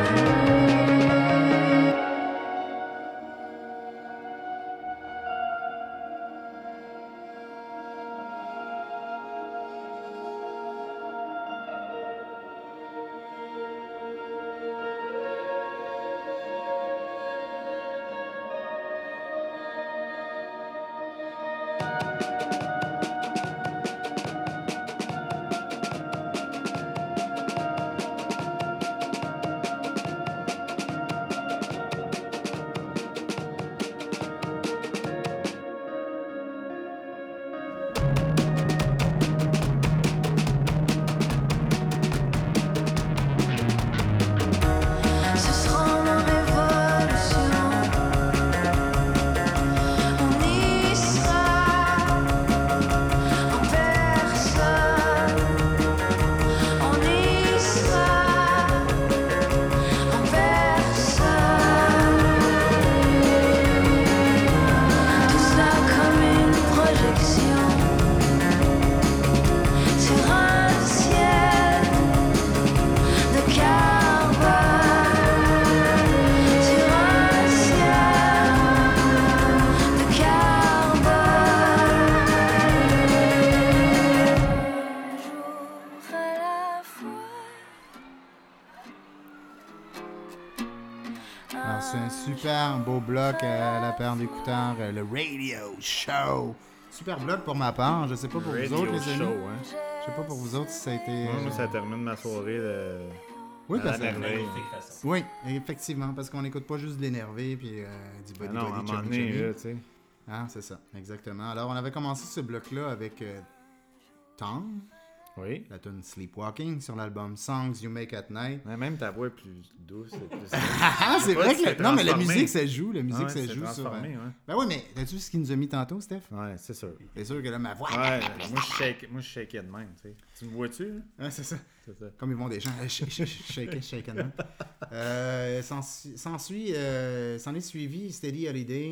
[SPEAKER 9] Ce sera la révolution. On y sera en personne. On y sera en personne. Tout ça comme une projection sur un ciel de carbone, sur un ciel de carbone. Un jour à la fois.
[SPEAKER 4] Alors, c'est un super beau bloc à la paire d'écouteurs, le Radio Show. Super bloc pour ma part. Je sais pas pour vous
[SPEAKER 6] Radio
[SPEAKER 4] autres, les amis.
[SPEAKER 6] Show, hein.
[SPEAKER 4] Je sais pas pour vous autres si ça a été.
[SPEAKER 6] Moi, ça termine ma soirée
[SPEAKER 4] Oui,
[SPEAKER 6] à
[SPEAKER 4] parce
[SPEAKER 6] la
[SPEAKER 4] que.
[SPEAKER 6] merveille.
[SPEAKER 4] Oui, effectivement, parce qu'on n'écoute pas juste de l'énervé puis du body
[SPEAKER 6] non, à un
[SPEAKER 4] body
[SPEAKER 6] moment
[SPEAKER 4] chubby
[SPEAKER 6] donné,
[SPEAKER 4] chubby.
[SPEAKER 6] là, tu sais.
[SPEAKER 4] Ah, c'est ça, exactement. Alors, on avait commencé ce bloc-là avec Tom.
[SPEAKER 6] Oui.
[SPEAKER 4] La tune Sleepwalking sur l'album Songs You Make at Night.
[SPEAKER 6] Mais même ta voix est plus douce. C'est plus...
[SPEAKER 4] Ah, c'est vrai que. Non, mais la
[SPEAKER 6] transformé.
[SPEAKER 4] musique, ça joue. La musique,
[SPEAKER 6] Ouais,
[SPEAKER 4] ça
[SPEAKER 6] c'est
[SPEAKER 4] joue sur.
[SPEAKER 6] transformé, ouais.
[SPEAKER 4] Ben oui, mais as-tu vu ce qu'il nous a mis tantôt, Steph?
[SPEAKER 6] Ouais, c'est sûr.
[SPEAKER 4] C'est sûr que là, ma voix.
[SPEAKER 6] Ouais, moi, je shakais de même, tu sais. Tu me vois-tu, là?
[SPEAKER 4] Ouais, c'est ça.
[SPEAKER 6] C'est ça.
[SPEAKER 4] Comme ils vont des gens. Shake and s'en est suivi Steady Holiday,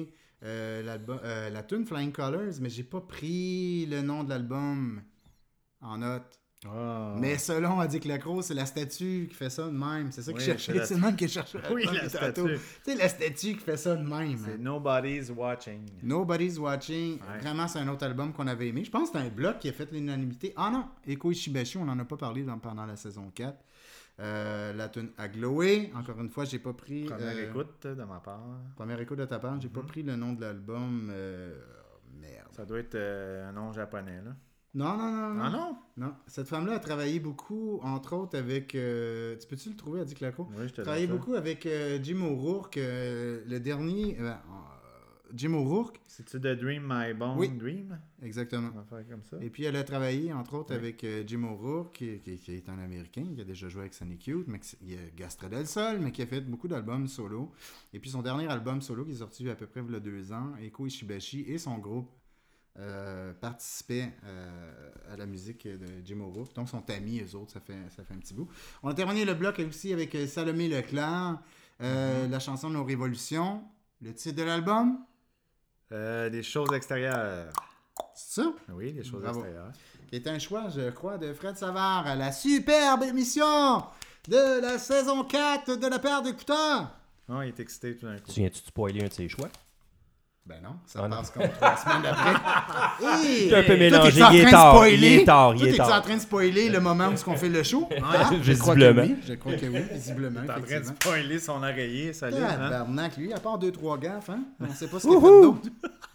[SPEAKER 4] la tune Flying Colors, mais j'ai pas pris le nom de l'album en note.
[SPEAKER 6] Oh.
[SPEAKER 4] Mais selon Addict Lacroix, c'est la statue qui fait ça de même. C'est ça qu'il
[SPEAKER 6] Oui,
[SPEAKER 4] cherchait. C'est le même qu'il cherchait.
[SPEAKER 6] Oui, la statue.
[SPEAKER 4] Tu sais, la statue qui fait ça de même.
[SPEAKER 6] C'est Nobody's Watching.
[SPEAKER 4] Nobody's Watching.
[SPEAKER 6] Ouais.
[SPEAKER 4] Vraiment, c'est un autre album qu'on avait aimé. Je pense que c'est un bloc qui a fait l'unanimité. Ah non, Eko Ishibashi, on n'en a pas parlé pendant la saison 4. La tune à glower. Encore une fois, j'ai pas pris...
[SPEAKER 6] Première écoute de ma part.
[SPEAKER 4] Première écoute de ta part. J'ai pas pris le nom de l'album. Merde.
[SPEAKER 6] Ça doit être un nom japonais, là.
[SPEAKER 4] Non.
[SPEAKER 6] Ah non?
[SPEAKER 4] Non. Cette femme-là a travaillé beaucoup, entre autres, avec... tu peux-tu le trouver, Addict Lacroix?
[SPEAKER 6] Oui, je te
[SPEAKER 4] Travaillé
[SPEAKER 6] donne ça.
[SPEAKER 4] beaucoup avec Jim O'Rourke. Le dernier... Jim O'Rourke.
[SPEAKER 6] C'est-tu The Dream My Bone
[SPEAKER 4] Oui.
[SPEAKER 6] Dream?
[SPEAKER 4] Exactement.
[SPEAKER 6] On va faire comme ça.
[SPEAKER 4] Et puis, elle a travaillé, entre autres,
[SPEAKER 6] Oui.
[SPEAKER 4] avec Jim O'Rourke, qui est un Américain, qui a déjà joué avec Sonic Youth, mais il y a Gastra del Sol, mais qui a fait beaucoup d'albums solo. Et puis, son dernier album solo, qui est sorti à peu près il y a 2 ans, Eko Ishibashi, et son groupe participaient à la musique de Jim O'Rourke. Donc, sont amis, eux autres, ça fait un petit bout. On a terminé le bloc aussi avec Salomé Leclerc, la chanson de nos révolutions. Le titre de l'album?
[SPEAKER 6] Des choses extérieures.
[SPEAKER 4] C'est ça?
[SPEAKER 6] Oui, des choses
[SPEAKER 4] Bravo.
[SPEAKER 6] extérieures.
[SPEAKER 4] Qui est un choix, je crois, de Fred Savard à la superbe émission de la saison 4 de La Paire d'écouteurs.
[SPEAKER 6] Oh, il est excité tout d'un coup.
[SPEAKER 5] Tu viens-tu de spoiler un de ses choix?
[SPEAKER 4] Ben non, ça
[SPEAKER 5] Ah non.
[SPEAKER 4] passe comme 3 semaines après. Hey!
[SPEAKER 5] T'es un peu
[SPEAKER 4] Toi,
[SPEAKER 5] mélangé,
[SPEAKER 4] t'es-tu en
[SPEAKER 5] il est
[SPEAKER 4] train de
[SPEAKER 5] tard,
[SPEAKER 4] spoiler?
[SPEAKER 5] il est tard, il
[SPEAKER 4] Toi,
[SPEAKER 5] est
[SPEAKER 4] t'es-tu
[SPEAKER 5] tard.
[SPEAKER 4] en train de spoiler le moment où on fait le show? Ah,
[SPEAKER 5] Visiblement.
[SPEAKER 4] Je crois que oui, visiblement.
[SPEAKER 6] T'es en train de
[SPEAKER 4] effectivement.
[SPEAKER 6] spoiler son oreiller, salut. Hein?
[SPEAKER 4] Tabarnak, lui, à part 2-3 gaffes, hein? On sait pas ce qu'il a fait d'autre.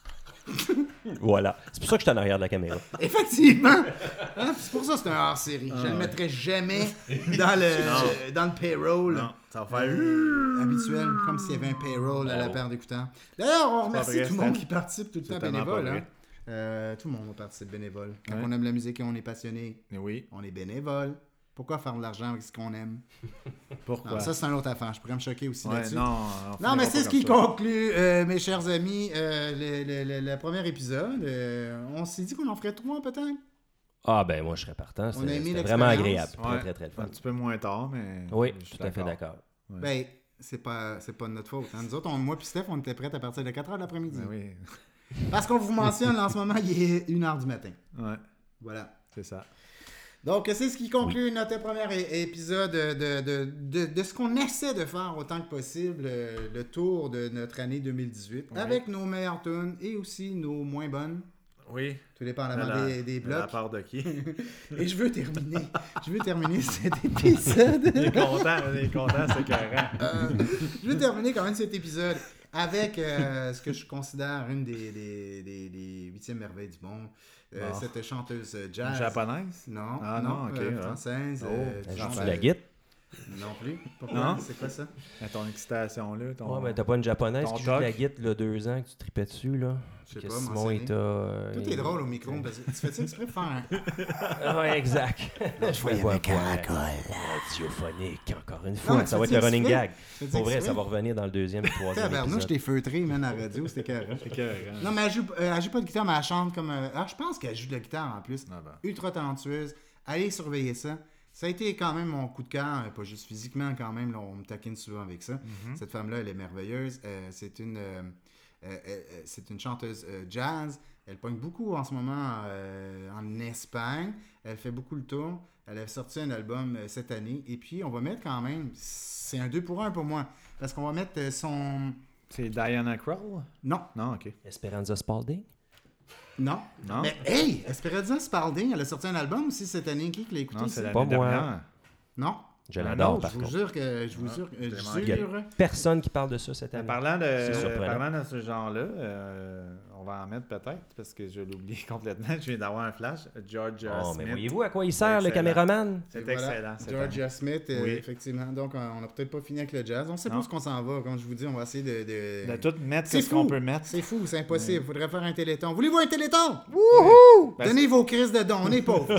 [SPEAKER 5] Voilà. C'est pour ça que je suis en arrière de la caméra.
[SPEAKER 4] Effectivement! Hein? C'est pour ça que c'est un hors-série. Je ne le mettrai jamais dans le payroll.
[SPEAKER 6] Non, ça va faire...
[SPEAKER 4] Habituel, comme s'il y avait un payroll à la paire d'écouteurs. D'ailleurs, on remercie
[SPEAKER 6] vrai,
[SPEAKER 4] tout le monde
[SPEAKER 6] Stan.
[SPEAKER 4] qui participe tout le
[SPEAKER 6] C'est
[SPEAKER 4] temps
[SPEAKER 6] tellement
[SPEAKER 4] bénévole.
[SPEAKER 6] pas
[SPEAKER 4] Hein? Tout le monde participe bénévole. Quand
[SPEAKER 6] Ouais.
[SPEAKER 4] on aime la musique et on est passionné,
[SPEAKER 6] Oui.
[SPEAKER 4] on est bénévole. Pourquoi faire de l'argent avec ce qu'on aime?
[SPEAKER 6] Pourquoi?
[SPEAKER 4] Alors, ça, c'est un autre affaire. Je pourrais me choquer aussi
[SPEAKER 6] Ouais,
[SPEAKER 4] là-dessus.
[SPEAKER 6] non,
[SPEAKER 4] Mais c'est ce qui
[SPEAKER 6] compte.
[SPEAKER 4] conclut, mes chers amis, le premier épisode. On s'est dit qu'on en ferait 3 peut-être?
[SPEAKER 5] Ah ben moi je serais partant.
[SPEAKER 4] On a aimé
[SPEAKER 5] C'était vraiment
[SPEAKER 4] l'expérience.
[SPEAKER 5] agréable.
[SPEAKER 6] Ouais.
[SPEAKER 5] Très très très
[SPEAKER 6] Un
[SPEAKER 5] fun.
[SPEAKER 6] petit peu moins tard, mais...
[SPEAKER 5] Oui,
[SPEAKER 6] je suis
[SPEAKER 5] tout à fait d'accord.
[SPEAKER 6] Ouais.
[SPEAKER 4] Ben, c'est pas de notre faute. Hein. Nous autres, moi puis Steph, on était prêts à partir de 4h de l'après-midi.
[SPEAKER 6] Ben oui.
[SPEAKER 4] Parce qu'on vous mentionne, en ce moment, il est 1h du matin.
[SPEAKER 6] Ouais,
[SPEAKER 4] Voilà.
[SPEAKER 6] c'est ça.
[SPEAKER 4] Donc, c'est ce qui conclut notre premier épisode de ce qu'on essaie de faire autant que possible, le tour de notre année 2018,
[SPEAKER 6] Oui.
[SPEAKER 4] avec nos meilleures tunes et aussi nos moins bonnes,
[SPEAKER 6] Oui.
[SPEAKER 4] tout dépendamment des
[SPEAKER 6] De la
[SPEAKER 4] blocs.
[SPEAKER 6] part de qui?
[SPEAKER 4] Et je veux terminer cet épisode.
[SPEAKER 6] Il est content, c'est carré.
[SPEAKER 4] Je veux terminer quand même cet épisode avec ce que je considère une des 8e merveilles du monde.
[SPEAKER 6] Bon.
[SPEAKER 4] Cette chanteuse jazz.
[SPEAKER 6] Japonaise?
[SPEAKER 4] Non,
[SPEAKER 6] Ah non, ok, ouais.
[SPEAKER 4] française.
[SPEAKER 5] Elle
[SPEAKER 4] chante-
[SPEAKER 5] joue de la guitare.
[SPEAKER 4] Non plus. Pourquoi?
[SPEAKER 6] Non?
[SPEAKER 4] C'est quoi ça?
[SPEAKER 6] À ton excitation, là. Ton...
[SPEAKER 5] Ouais, mais t'as pas une japonaise
[SPEAKER 6] ton
[SPEAKER 5] qui joue de la
[SPEAKER 6] toc.
[SPEAKER 5] guitare là 2 ans que tu tripais dessus là.
[SPEAKER 4] Je sais
[SPEAKER 5] Que
[SPEAKER 4] pas,
[SPEAKER 5] Simon
[SPEAKER 4] mentionné.
[SPEAKER 5] il t'a.
[SPEAKER 4] Tout est drôle au micro, parce que tu fais ça exprès pour faire un...
[SPEAKER 5] Ah ouais, exact.
[SPEAKER 4] je voyais mes caracoles.
[SPEAKER 5] Radiophonique, encore une
[SPEAKER 4] Non,
[SPEAKER 5] fois.
[SPEAKER 4] mais
[SPEAKER 5] Ça
[SPEAKER 4] tu
[SPEAKER 5] va être
[SPEAKER 4] fais
[SPEAKER 5] le running
[SPEAKER 4] exprès.
[SPEAKER 5] gag.
[SPEAKER 4] Tu fais
[SPEAKER 5] Pour vrai,
[SPEAKER 4] exprès.
[SPEAKER 5] ça va revenir dans le 2e et 3e
[SPEAKER 4] Tabarnouche, je
[SPEAKER 5] épisode.
[SPEAKER 4] t'ai feutré, man, à la radio, c'était carré.
[SPEAKER 6] C'est carré.
[SPEAKER 4] Non, mais elle joue pas de guitare, mais elle chante comme... je pense qu'elle joue de la guitare en plus.
[SPEAKER 6] Ah ben.
[SPEAKER 4] Ultra talentueuse. Allez surveiller ça. Ça a été quand même mon coup de cœur, pas juste physiquement quand même, là, on me taquine souvent avec ça. Cette femme-là, elle est merveilleuse. C'est une chanteuse jazz. Elle pogne beaucoup en ce moment en Espagne. Elle fait beaucoup le tour. Elle a sorti un album cette année. Et puis, on va mettre quand même... C'est un 2 pour 1 pour moi. Parce qu'on va mettre son...
[SPEAKER 6] C'est Diana Krall?
[SPEAKER 4] Non.
[SPEAKER 6] Non, OK.
[SPEAKER 5] Esperanza Spalding?
[SPEAKER 4] Non.
[SPEAKER 6] Non?
[SPEAKER 4] Mais hey! Esperanza Spalding, elle a sorti un album aussi cette année. Qui l'a écouté?
[SPEAKER 6] Non,
[SPEAKER 4] ça?
[SPEAKER 6] c'est
[SPEAKER 5] Pas
[SPEAKER 6] l'année
[SPEAKER 5] moi.
[SPEAKER 6] dernière.
[SPEAKER 4] Non.
[SPEAKER 5] Je
[SPEAKER 4] Un
[SPEAKER 5] l'adore
[SPEAKER 4] autre,
[SPEAKER 5] par
[SPEAKER 4] je vous
[SPEAKER 5] contre.
[SPEAKER 4] jure que... Je vous jure...
[SPEAKER 6] j'ai
[SPEAKER 4] je
[SPEAKER 6] manqué.
[SPEAKER 4] jure...
[SPEAKER 5] Personne qui parle de ça cette
[SPEAKER 6] Mais
[SPEAKER 5] année.
[SPEAKER 6] Parlant
[SPEAKER 5] C'est surprenant.
[SPEAKER 6] de ce genre-là, on va en mettre peut-être, parce que je l'oublie complètement. Je viens d'avoir un flash. Georgia
[SPEAKER 5] Oh,
[SPEAKER 6] Smith.
[SPEAKER 5] mais voyez-vous à quoi il sert le
[SPEAKER 6] Excellent.
[SPEAKER 5] caméraman?
[SPEAKER 6] C'est
[SPEAKER 4] Et voilà,
[SPEAKER 6] excellent. cette
[SPEAKER 4] Georgia
[SPEAKER 6] année.
[SPEAKER 4] Smith,
[SPEAKER 6] Oui.
[SPEAKER 4] effectivement. Donc, on n'a peut-être pas fini avec le jazz. On sait pas
[SPEAKER 6] Non.
[SPEAKER 4] où ce qu'on s'en va. Comme je vous dis, on va essayer
[SPEAKER 6] De tout mettre
[SPEAKER 4] C'est
[SPEAKER 6] ce qu'on
[SPEAKER 4] fou.
[SPEAKER 6] peut mettre.
[SPEAKER 4] C'est fou, c'est impossible. Faudrait faire un téléthon. Voulez-vous un téléthon?
[SPEAKER 6] Wouhou!
[SPEAKER 4] Donnez vos crises de dons, on est pauvres.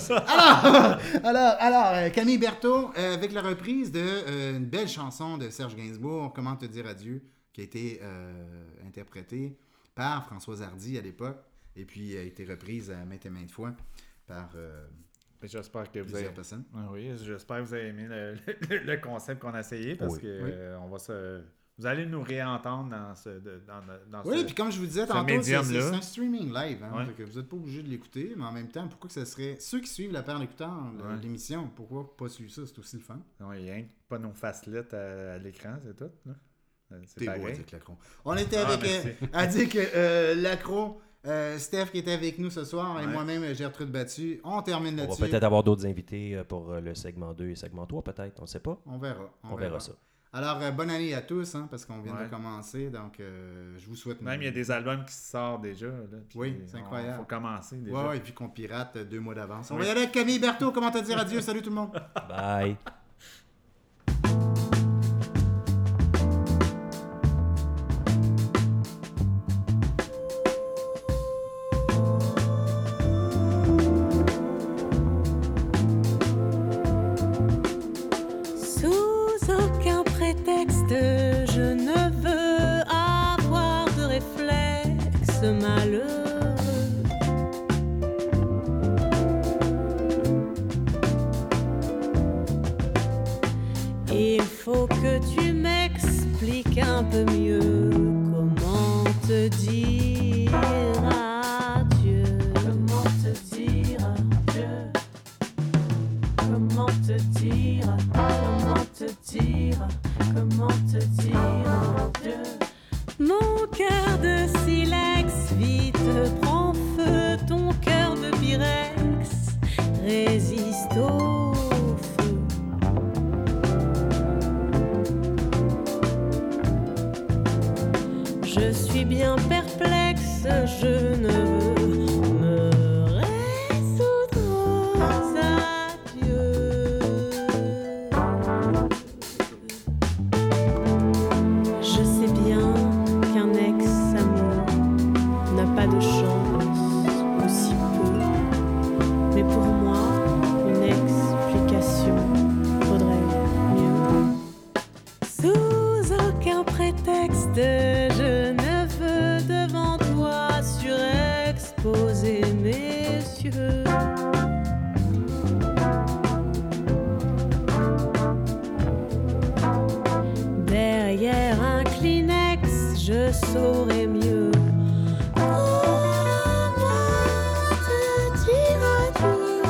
[SPEAKER 4] Alors, Camille Berthaud, avec la reprise de une belle chanson de Serge Gainsbourg, Comment te dire adieu, qui a été interprétée par Françoise Hardy à l'époque, et puis a été reprise maintes et maintes fois par
[SPEAKER 6] J'espère que vous
[SPEAKER 4] plusieurs
[SPEAKER 6] avez...
[SPEAKER 4] personnes.
[SPEAKER 6] Ah oui, j'espère que vous avez aimé le concept qu'on a essayé, parce
[SPEAKER 5] Oui.
[SPEAKER 6] que
[SPEAKER 4] Oui.
[SPEAKER 6] on va se Vous allez nous réentendre dans
[SPEAKER 4] Oui,
[SPEAKER 6] ce
[SPEAKER 4] puis comme je vous disais tantôt,
[SPEAKER 6] médium-là.
[SPEAKER 4] c'est un streaming live. Hein,
[SPEAKER 6] Ouais.
[SPEAKER 4] fait que vous n'êtes pas obligé de l'écouter, mais en même temps, pourquoi que ça serait... Ceux qui suivent la paire d'écouteurs, l'émission, pourquoi pas suivre ça? C'est aussi le fun.
[SPEAKER 6] Non, il n'y a rien que pas nos facelettes à l'écran, c'est tout. Là. C'est
[SPEAKER 4] T'es beau,
[SPEAKER 6] pareil.
[SPEAKER 4] Addict Lacron. On était avec
[SPEAKER 6] merci.
[SPEAKER 4] Addict Lacron, Steph qui était avec nous ce soir, et
[SPEAKER 6] Ouais.
[SPEAKER 4] moi-même, Gertrude Battu. On termine
[SPEAKER 5] On
[SPEAKER 4] là-dessus.
[SPEAKER 5] va peut-être avoir d'autres invités pour le segment 2 et segment 3, peut-être. On ne sait pas.
[SPEAKER 4] On verra.
[SPEAKER 5] On verra ça.
[SPEAKER 4] Alors, bonne année à tous, hein, parce qu'on vient
[SPEAKER 6] Ouais.
[SPEAKER 4] de commencer, donc je vous souhaite...
[SPEAKER 6] Même il y a des albums qui sortent déjà. Là, puis
[SPEAKER 4] Oui, c'est incroyable.
[SPEAKER 6] Il faut commencer déjà.
[SPEAKER 4] Ouais, et puis qu'on pirate 2 mois d'avance. On
[SPEAKER 6] Oui.
[SPEAKER 4] va y aller avec Camille Berthaud. Comment te dire adieu? Salut tout le monde.
[SPEAKER 5] Bye.
[SPEAKER 18] Sous aucun prétexte, je ne veux avoir de réflexe malheureux. Il faut que tu m'expliques un peu mieux comment te dire adieu. Comment te dire adieu. Comment te dire, comment te dire, comment te dire adieu. Mon cœur de silex vite prend feu, ton cœur de pyrex résiste au feu. Je suis bien perplexe, je ne me résoudre aux adieux. Je sais bien qu'un ex-amour n'a pas de chance, ou si peu. Mais pour moi, une explication vaudrait mieux. Sous aucun prétexte, je ne veux devant toi surexposer mes yeux. Derrière un Kleenex, je saurais mieux. Comment te dire adieu?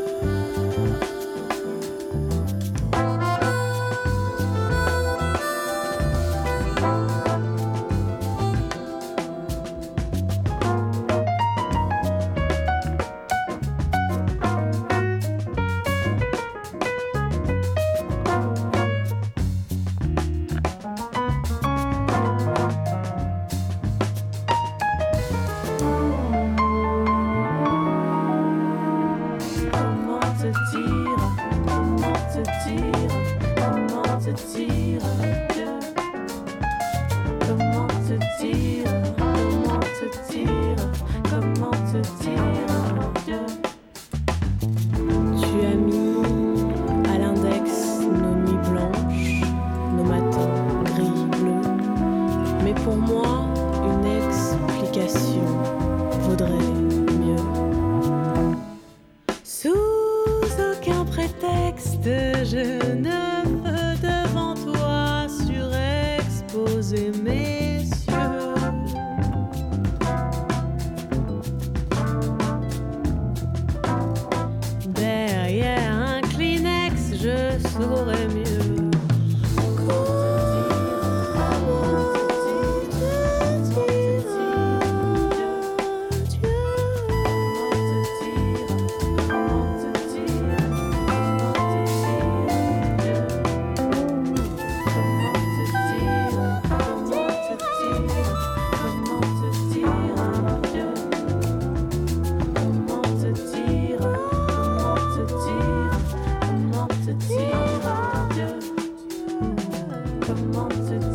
[SPEAKER 18] Comment te dire, comment te dire, comment te dire adieu? Comment te dire, comment te dire, comment te dire adieu? Tu as mis à l'index nos nuits blanches, nos matins gris-bleus. Mais pour moi, une explication vaudrait mieux. Sous aucun prétexte, je ne veux devant toi surexposer mes yeux. Derrière un Kleenex, je saurais mieux. Comment te dire